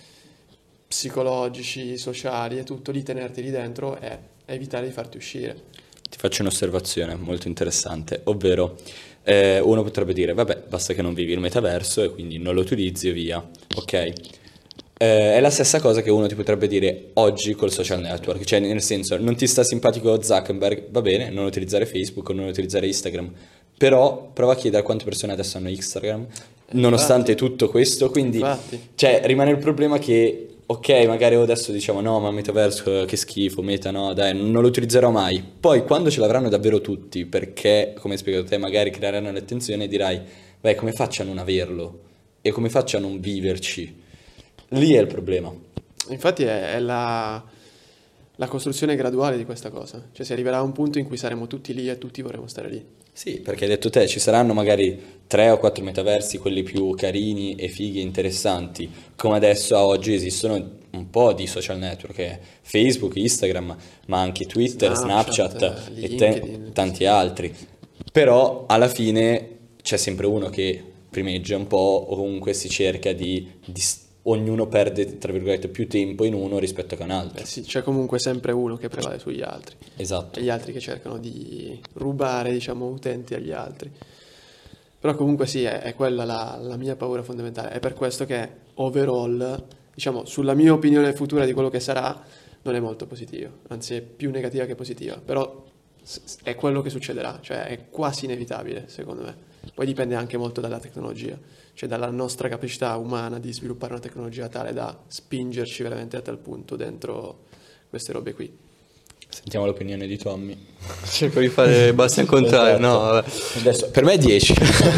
psicologici, sociali e tutto, di tenerti lì dentro e evitare di farti uscire. Ti faccio un'osservazione molto interessante, ovvero uno potrebbe dire, vabbè, basta che non vivi il metaverso e quindi non lo utilizzi e via, ok? È la stessa cosa che uno ti potrebbe dire oggi col social network, cioè nel senso, non ti sta simpatico Zuckerberg, va bene, non utilizzare Facebook o non utilizzare Instagram, però prova a chiedere quante persone adesso hanno Instagram, nonostante tutto questo, quindi cioè rimane il problema che ok, magari adesso diciamo no, ma metaverso che schifo, meta no, dai, non lo utilizzerò mai. Poi quando ce l'avranno davvero tutti, perché come hai spiegato te, magari creeranno l'attenzione e dirai, beh, come faccio a non averlo? E come faccio a non viverci? Lì è il problema. Infatti è la costruzione graduale di questa cosa, cioè si arriverà a un punto in cui saremo tutti lì e tutti vorremmo stare lì. Sì, perché hai detto te, ci saranno magari 3 o 4 metaversi, quelli più carini e fighi e interessanti, come adesso a oggi esistono un po' di social network, Facebook, Instagram, ma anche Twitter, Snapchat e tanti altri. Però alla fine c'è sempre uno che primeggia un po', o comunque si cerca di ognuno perde, tra virgolette, più tempo in uno rispetto che a un altro. Sì, c'è comunque sempre uno che prevale sugli altri. Esatto. E gli altri che cercano di rubare, diciamo, utenti agli altri. Però comunque sì, è quella la mia paura fondamentale. È per questo che overall, diciamo, sulla mia opinione futura di quello che sarà, non è molto positiva. Anzi, è più negativa che positiva. Però è quello che succederà, cioè è quasi inevitabile, secondo me. Poi dipende anche molto dalla tecnologia, cioè dalla nostra capacità umana di sviluppare una tecnologia tale da spingerci veramente a tal punto dentro queste robe qui. Sentiamo l'opinione di Tommy. Cerco di fare basta incontrare, no, vabbè. Adesso, per me è 10.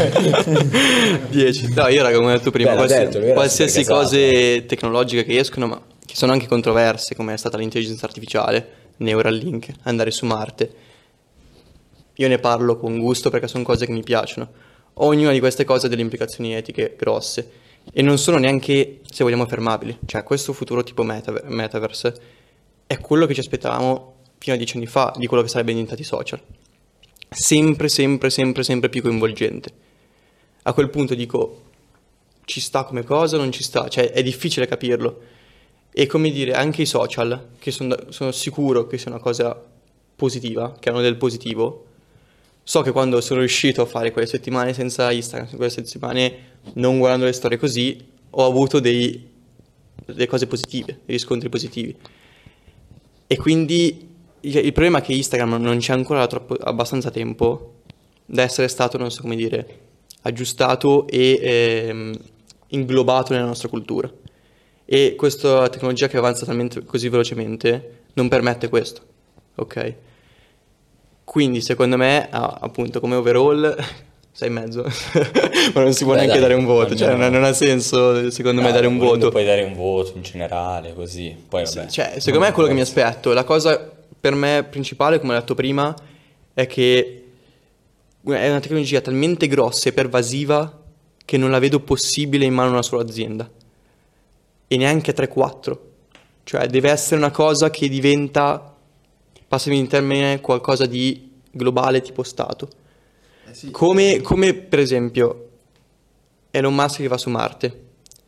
10. No, io raga, come ho detto prima, qualsiasi cose tecnologiche che escono, ma che sono anche controverse, come è stata l'intelligenza artificiale, Neuralink, andare su Marte, io ne parlo con gusto perché sono cose che mi piacciono. Ognuna di queste cose ha delle implicazioni etiche grosse e non sono neanche, se vogliamo, fermabili. Cioè questo futuro tipo metaverse è quello che ci aspettavamo fino a 10 anni fa di quello che sarebbe diventati i social. sempre, sempre, sempre, sempre più coinvolgente. A quel punto dico, ci sta come cosa o non ci sta? Cioè, è difficile capirlo. E come dire, anche i social, che sono sicuro che sia una cosa positiva, che hanno del positivo. So che quando sono riuscito a fare quelle settimane senza Instagram, quelle settimane non guardando le storie così, ho avuto delle cose positive, dei riscontri positivi. E quindi il problema è che Instagram non c'è ancora abbastanza tempo da essere stato, non so come dire, aggiustato e inglobato nella nostra cultura. E questa tecnologia che avanza talmente così velocemente non permette questo, ok? Quindi secondo me, appunto, come overall, 6,5. Ma non si può neanche dare un voto, cioè non ha senso secondo me dare un voto. Puoi dare un voto in generale, così, poi vabbè. Cioè, secondo me è quello che mi aspetto. La cosa per me principale, come ho detto prima, è che è una tecnologia talmente grossa e pervasiva che non la vedo possibile in mano a una sola azienda. E neanche 3-4. Cioè, deve essere una cosa che diventa, passami in termine, qualcosa di globale tipo Stato. Sì. Come per esempio Elon Musk che va su Marte,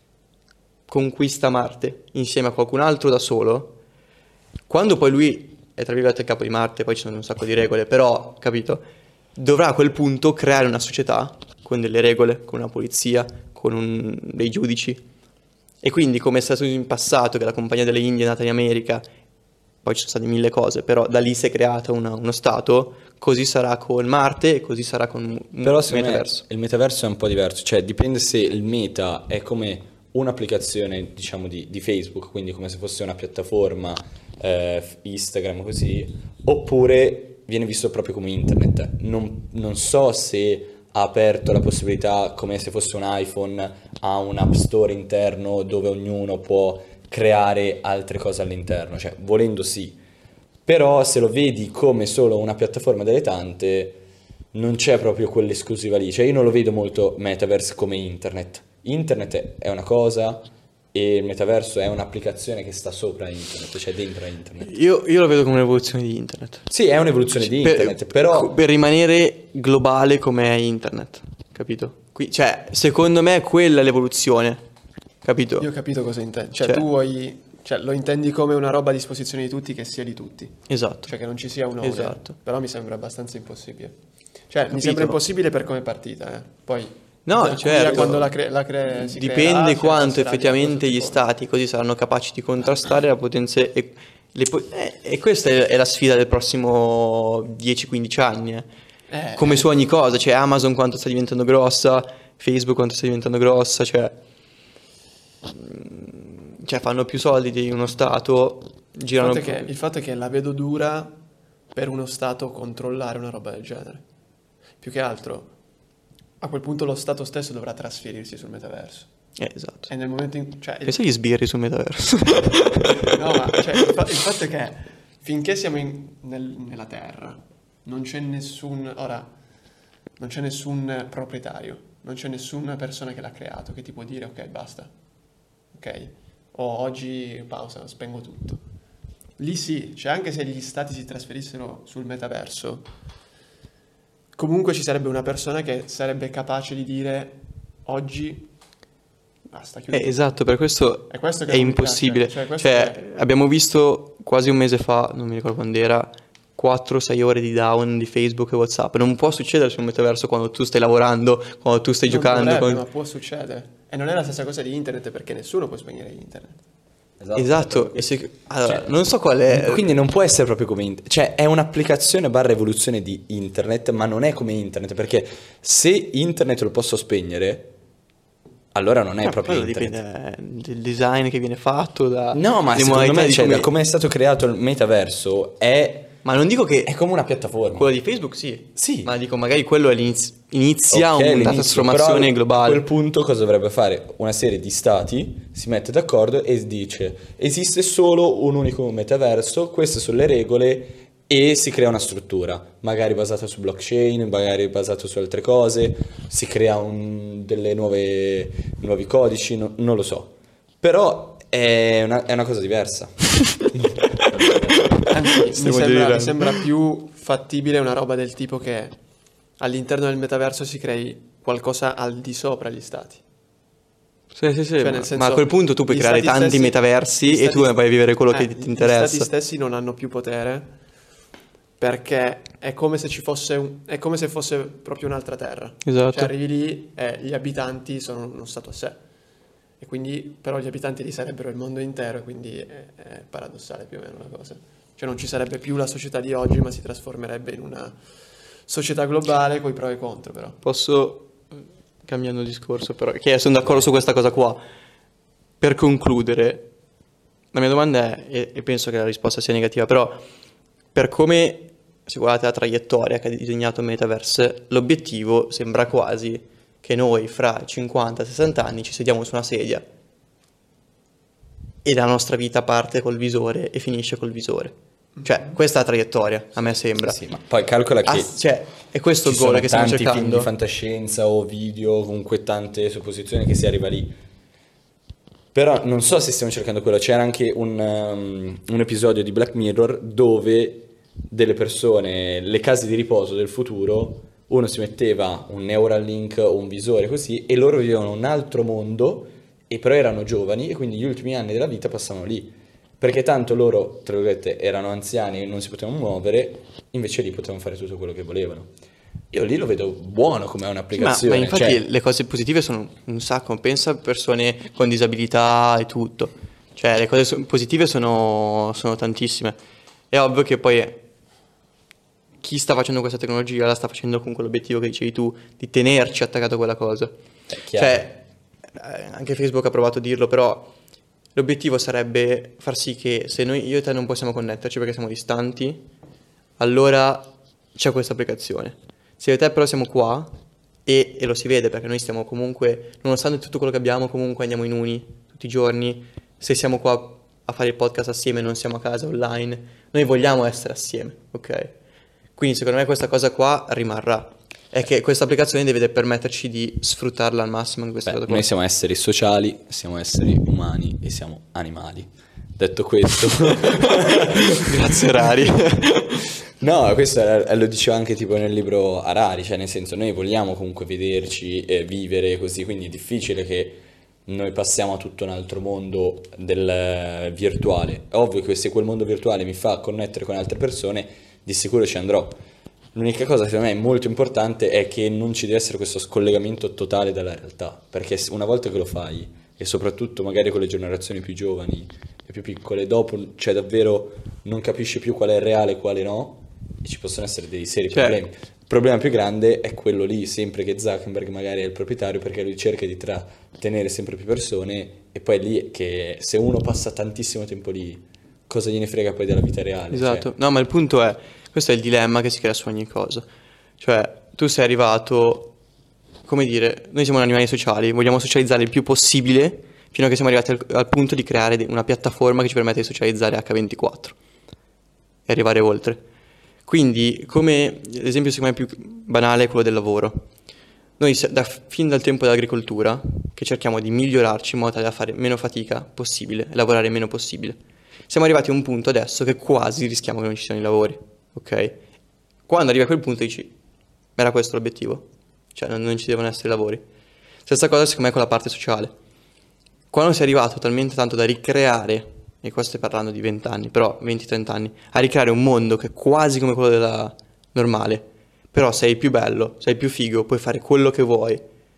conquista Marte insieme a qualcun altro da solo. Quando poi lui è tra virgolette il capo di Marte, poi ci sono un sacco di regole, però, capito, dovrà a quel punto creare una società con delle regole, con una polizia, con dei giudici. E quindi, come è stato in passato, che la Compagnia delle Indie è nata in America, poi ci sono state 1000 cose, però da lì si è creato uno Stato, così sarà con Marte e così sarà con Però il metaverso. Il metaverso è un po' diverso, cioè dipende se il meta è come un'applicazione, diciamo, di Facebook, quindi come se fosse una piattaforma, Instagram così, oppure viene visto proprio come internet. Non so se ha aperto la possibilità, come se fosse un iPhone, a un app store interno dove ognuno può creare altre cose all'interno, cioè volendo sì. Però se lo vedi come solo una piattaforma delle tante, non c'è proprio quell'esclusiva lì. Cioè io non lo vedo molto metaverse come internet. Internet è una cosa e il metaverso è un'applicazione che sta sopra internet, cioè dentro internet. Io lo vedo come un'evoluzione di internet. Sì, è un'evoluzione di internet, però... Per rimanere globale come è internet, capito? Cioè, secondo me quella è l'evoluzione, capito? Io ho capito cosa intendi. Cioè, tu lo intendi come una roba a disposizione di tutti che sia di tutti. Esatto. Cioè che non ci sia un owner. Esatto. Però mi sembra abbastanza impossibile. Cioè, mi sembra impossibile per come è partita, Poi... No, certo. Quando si dipende creerà, quanto passerà effettivamente gli stati così saranno capaci di contrastare la potenza e questa è la sfida del prossimo 10-15 anni. Come su ogni cosa, cioè Amazon quanto sta diventando grossa, Facebook quanto sta diventando grossa, cioè fanno più soldi di uno stato, girano. Il fatto è che la vedo dura per uno stato controllare una roba del genere. Più che altro a quel punto lo Stato stesso dovrà trasferirsi sul metaverso. Esatto. E nel momento in cui... Pensa agli sbirri sul metaverso. No, ma il fatto è che finché siamo nella Terra, non c'è nessun proprietario, non c'è nessuna persona che l'ha creato, che ti può dire ok, basta, ok? O oggi pausa, spengo tutto. Lì sì, cioè anche se gli stati si trasferissero sul metaverso, comunque ci sarebbe una persona che sarebbe capace di dire oggi basta, chiudi. Esatto, per questo che è impossibile. Abbiamo visto quasi un mese fa, non mi ricordo quando era, 4-6 ore di down di Facebook e WhatsApp. Non può succedere sul metaverso quando tu stai lavorando, quando tu stai giocando. Ma può succedere. E non è la stessa cosa di internet, perché nessuno può spegnere internet. Esatto. Allora, non so qual è. Quindi non può essere proprio come internet. Cioè è un'applicazione / evoluzione di internet, ma non è come internet, perché se internet lo posso spegnere, allora non è proprio internet. Dipende del design che viene fatto, no, ma secondo me, da come è stato creato il metaverso ma non dico che è come una piattaforma. Quello di Facebook sì. Sì. Ma dico magari quello è inizia una trasformazione globale. A quel punto cosa dovrebbe fare? Una serie di stati si mette d'accordo e dice esiste solo un unico metaverso, queste sono le regole, e si crea una struttura, magari basata su blockchain, magari basata su altre cose, si crea delle nuovi codici, non lo so. Però è una cosa diversa. Anzi, stiamo mi delirando. sembra più fattibile una roba del tipo che all'interno del metaverso si crei qualcosa al di sopra gli stati. Sì, Cioè, ma, nel senso, ma a quel punto tu puoi gli creare stati tanti stessi- metaversi gli e tu stati- vai a vivere quello che ti Gli interessa. stati stessi non hanno più potere perché è come se ci fosse è come se fosse proprio un'altra terra. Esatto. Cioè arrivi lì e gli abitanti sono uno stato a sé. E quindi però gli abitanti lì sarebbero il mondo intero e quindi è paradossale più o meno la cosa. Cioè non ci sarebbe più la società di oggi, ma si trasformerebbe in una società globale con i pro e i contro però. Posso, cambiando discorso però, che sono d'accordo su questa cosa qua. Per concludere, la mia domanda è, e penso che la risposta sia negativa, però per come, se guardate la traiettoria che ha disegnato Metaverse, l'obiettivo sembra quasi che noi fra 50-60 anni ci sediamo su una sedia e la nostra vita parte col visore e finisce col visore. Cioè, questa è la traiettoria, a me sembra. Sì, ma poi calcola che Cioè, è questo il ci goal sono che stiamo tanti film cercando. di fantascienza o video, comunque tante supposizioni che si arriva lì. Però non so se stiamo cercando quello. C'era anche un episodio di Black Mirror dove delle persone, le case di riposo del futuro, uno si metteva un Neuralink o un visore così e loro vivevano un altro mondo e però erano giovani e quindi gli ultimi anni della vita passavano lì. Perché tanto loro, tra virgolette, erano anziani e non si potevano muovere, invece lì potevano fare tutto quello che volevano. Io lì lo vedo buono come Ma un'applicazione. infatti cioè, le cose positive sono un sacco, pensa a persone con disabilità e tutto. Cioè, le cose positive sono tantissime. È ovvio che poi chi sta facendo questa tecnologia la sta facendo con quell'obiettivo che dicevi tu, di tenerci attaccato a quella cosa. è chiaro. Cioè, anche Facebook ha provato a dirlo, però l'obiettivo sarebbe far sì che se io e te non possiamo connetterci perché siamo distanti, allora c'è questa applicazione. Se io e te però siamo qua, e lo si vede perché noi stiamo comunque, nonostante tutto quello che abbiamo, comunque andiamo in uni tutti i giorni, se siamo qua a fare il podcast assieme, non siamo a casa online, noi vogliamo essere assieme, ok? Quindi secondo me questa cosa qua rimarrà. È che questa applicazione deve permetterci di sfruttarla al massimo in questa cosa qua. Noi siamo esseri sociali, siamo esseri umani e siamo animali. Detto questo, Grazie Rari. no, questo lo dicevo anche tipo nel libro Harari, cioè nel senso noi vogliamo comunque vederci e vivere così, quindi è difficile che noi passiamo a tutto un altro mondo del virtuale. È ovvio che se quel mondo virtuale mi fa connettere con altre persone, di sicuro ci andrò. L'unica cosa che secondo me è molto importante è che non ci deve essere questo scollegamento totale dalla realtà, perché una volta che lo fai, e soprattutto magari con le generazioni più giovani e più piccole, dopo cioè davvero non capisci più qual è reale e quale no, e ci possono essere dei seri problemi. Il problema più grande è quello lì, sempre che Zuckerberg magari è il proprietario, perché lui cerca di trattenere sempre più persone, e poi è lì che se uno passa tantissimo tempo lì, cosa gliene frega poi della vita reale? Esatto, Cioè, no, ma il punto è, questo è il dilemma che si crea su ogni cosa. Cioè, tu sei arrivato, come dire, noi siamo animali sociali, vogliamo socializzare il più possibile fino a che siamo arrivati al punto di creare una piattaforma che ci permette di socializzare H24 e arrivare oltre. Quindi, come l'esempio secondo me più banale è quello del lavoro. Noi fin dal tempo dell'agricoltura che cerchiamo di migliorarci in modo tale da fare meno fatica possibile e lavorare meno possibile. Siamo arrivati a un punto adesso che quasi rischiamo che non ci siano i lavori, ok? Quando arrivi a quel punto dici, era questo l'obiettivo? Cioè non ci devono essere lavori. Stessa cosa secondo me con la parte sociale. Quando sei arrivato talmente tanto da ricreare, e qua stai parlando di 20 anni, però 20-30 anni, a ricreare un mondo che è quasi come quello della normale, però sei più bello, sei più figo, puoi fare quello che vuoi.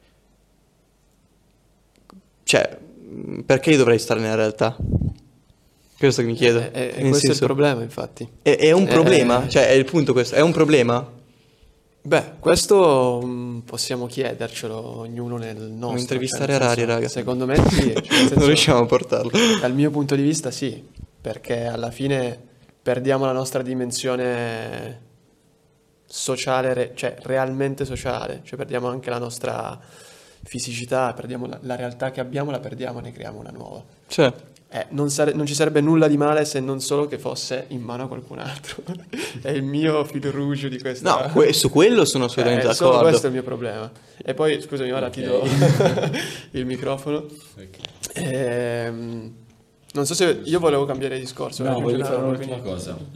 Cioè, perché io dovrei stare nella realtà? Questo che mi chiedo. E Nel questo è il senso, problema, infatti. è un problema? Cioè, è il punto questo, è un problema? Beh, questo possiamo chiedercelo ognuno nel nostro. Devo intervistare nel Harari, senso, raga. Secondo me sì. Cioè, nel senso, Non riusciamo a portarlo. dal mio punto di vista sì, perché alla fine perdiamo la nostra dimensione sociale, cioè realmente sociale, cioè perdiamo anche la nostra fisicità, perdiamo la realtà che abbiamo, la perdiamo e ne creiamo una nuova. Cioè, Non ci sarebbe nulla di male se non solo che fosse in mano a qualcun altro. È il mio fil rouge di questa... no, su quello sono assolutamente solo d'accordo. questo è il mio problema. E poi, scusami, ora ti do il microfono. Non so se io volevo cambiare discorso. no, voglio aggiungere fare una roba, un'ultima quindi- cosa.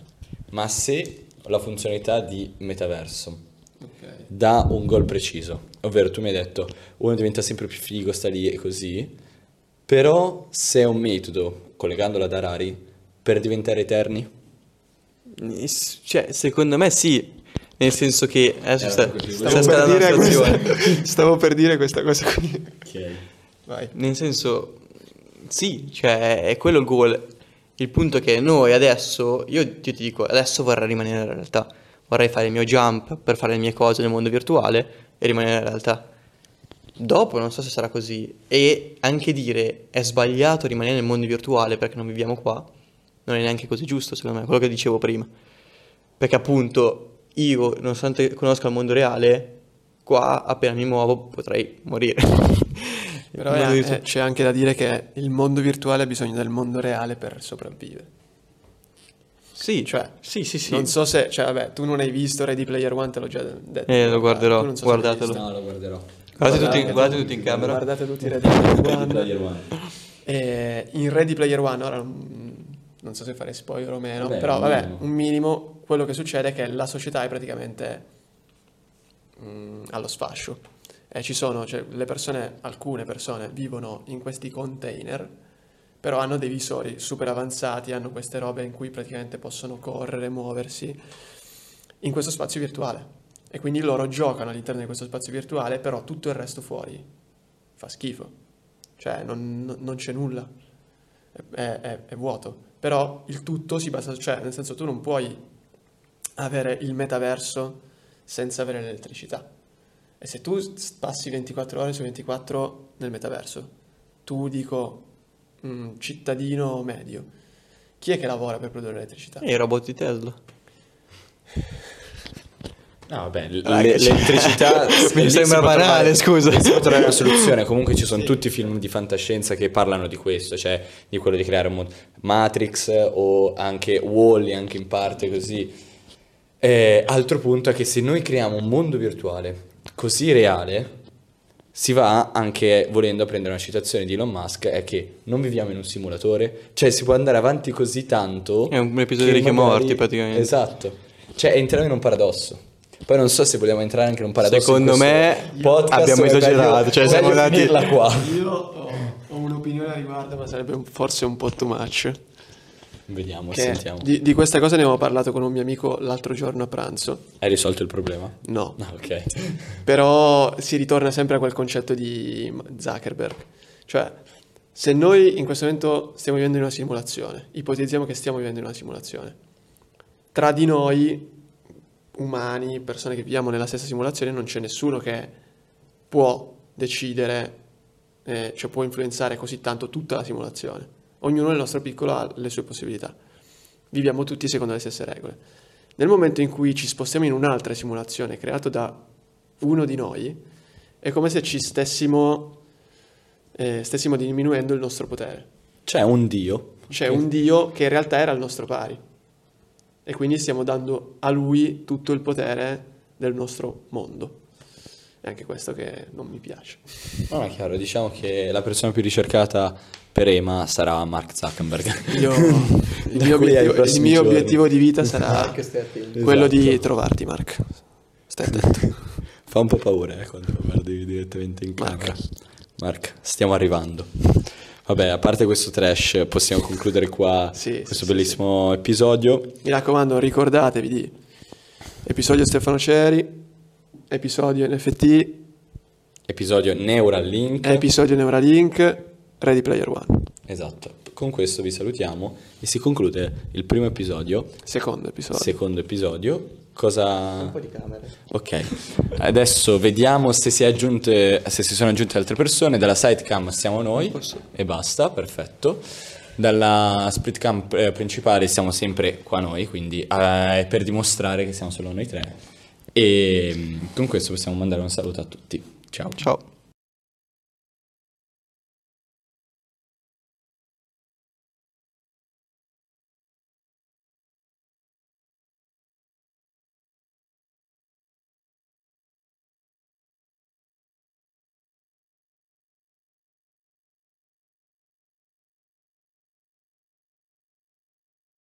ma se la funzionalità di metaverso Ok. dà un goal preciso, ovvero tu mi hai detto uno diventa sempre più figo, sta lì e così, però se è un metodo, collegandola ad Harari, per diventare eterni? Cioè, secondo me sì, nel senso che adesso sta Stavo scalando per, la dire situazione. stavo per dire questa cosa qui. Ok. Vai. Nel senso, sì, cioè è quello il goal. Il punto è che noi adesso, io ti dico, adesso vorrei rimanere nella realtà. Vorrei fare il mio jump per fare le mie cose nel mondo virtuale e rimanere nella realtà. Dopo non so se sarà così. E anche dire è sbagliato rimanere nel mondo virtuale perché non viviamo qua, non è neanche così giusto, secondo me, quello che dicevo prima. Perché appunto io, nonostante conosca il mondo reale, qua appena mi muovo potrei morire. Però Il mondo virtuale- c'è anche da dire che il mondo virtuale ha bisogno del mondo reale per sopravvivere. Sì, Cioè, sì, sì, sì. non so se, cioè, vabbè, tu non hai visto Ready Player One, te l'ho già detto. Lo guarderò, Tu non so se l'hai guardatelo. visto. No, lo guarderò. Guardate tutti in camera. Guardate tutti Ready Player One. Player One. In Ready Player One, ora non so se fare spoiler o meno, Vabbè, però un vabbè, minimo. un minimo, quello che succede è che la società è praticamente allo sfascio. E ci sono, cioè, alcune persone vivono in questi container, però hanno dei visori super avanzati, hanno queste robe in cui praticamente possono correre, muoversi in questo spazio virtuale. E quindi loro giocano all'interno di questo spazio virtuale, però tutto il resto fuori fa schifo. Cioè non c'è nulla, è vuoto. Però il tutto si basa, cioè nel senso tu non puoi avere il metaverso senza avere l'elettricità. E se tu passi 24 ore su 24 nel metaverso, tu dico cittadino medio, chi è che lavora per produrre l'elettricità? E i robot di Tesla. No, vabbè, Dai, l'elettricità Mi lì sembra si può banale, scusa. Si può trovare una soluzione. Comunque ci sono tutti i film di fantascienza che parlano di questo, cioè di quello di creare un mondo. Matrix o anche Wall-E, anche in parte così. Altro punto è che se noi creiamo un mondo virtuale così reale, si va anche volendo a prendere una citazione di Elon Musk, è che non viviamo in un simulatore, cioè si può andare avanti così tanto. È un episodio che di Rick e magari- Morty, praticamente. Esatto, cioè entriamo in un paradosso. Poi non so se vogliamo entrare anche in un paradosso. Secondo in questo me podcast, abbiamo o è meglio- esagerato, cioè o siamo meglio andati- finirla qua. Io ho un'opinione a riguardo, ma sarebbe forse un po' too much. Vediamo, Che sentiamo. di questa cosa ne avevo parlato con un mio amico l'altro giorno a pranzo. Hai risolto il problema? No, Ah, ok. però si ritorna sempre a quel concetto di Zuckerberg. Cioè, se noi in questo momento stiamo vivendo in una simulazione, ipotizziamo che stiamo vivendo in una simulazione, tra di noi, umani, persone che viviamo nella stessa simulazione, non c'è nessuno che può decidere, cioè può influenzare così tanto tutta la simulazione. Ognuno nel nostro piccolo ha le sue possibilità. Viviamo tutti secondo le stesse regole. Nel momento in cui ci spostiamo in un'altra simulazione creata da uno di noi, è come se ci stessimo diminuendo il nostro potere. C'è un dio. C'è un dio che in realtà era al nostro pari. E quindi stiamo dando a lui tutto il potere del nostro mondo. È anche questo che non mi piace. Non è chiaro, diciamo che la persona più ricercata per EMA sarà Mark Zuckerberg. Io, Da qui ai il prossimi mio giorni. obiettivo di vita sarà stai attento. quello di Esatto. trovarti, Mark. Stai attento. Fa un po' paura quando lo guardi direttamente in camera. Mark, stiamo arrivando. Vabbè, a parte questo trash, possiamo concludere qua Sì, questo sì, bellissimo episodio. Mi raccomando, ricordatevi di episodio Stefano Ceri, episodio NFT, Episodio Neuralink. episodio Neuralink, Ready Player One. Esatto. Con questo vi salutiamo e si conclude il primo episodio. Secondo episodio. Secondo episodio. Cosa... Un po' di camere. Ok, adesso vediamo se si sono aggiunte altre persone. Dalla sidecam siamo noi e basta, perfetto. Dalla splitcam principale siamo sempre qua noi, quindi è per dimostrare che siamo solo noi tre. E con questo possiamo mandare un saluto a tutti. Ciao. Ciao.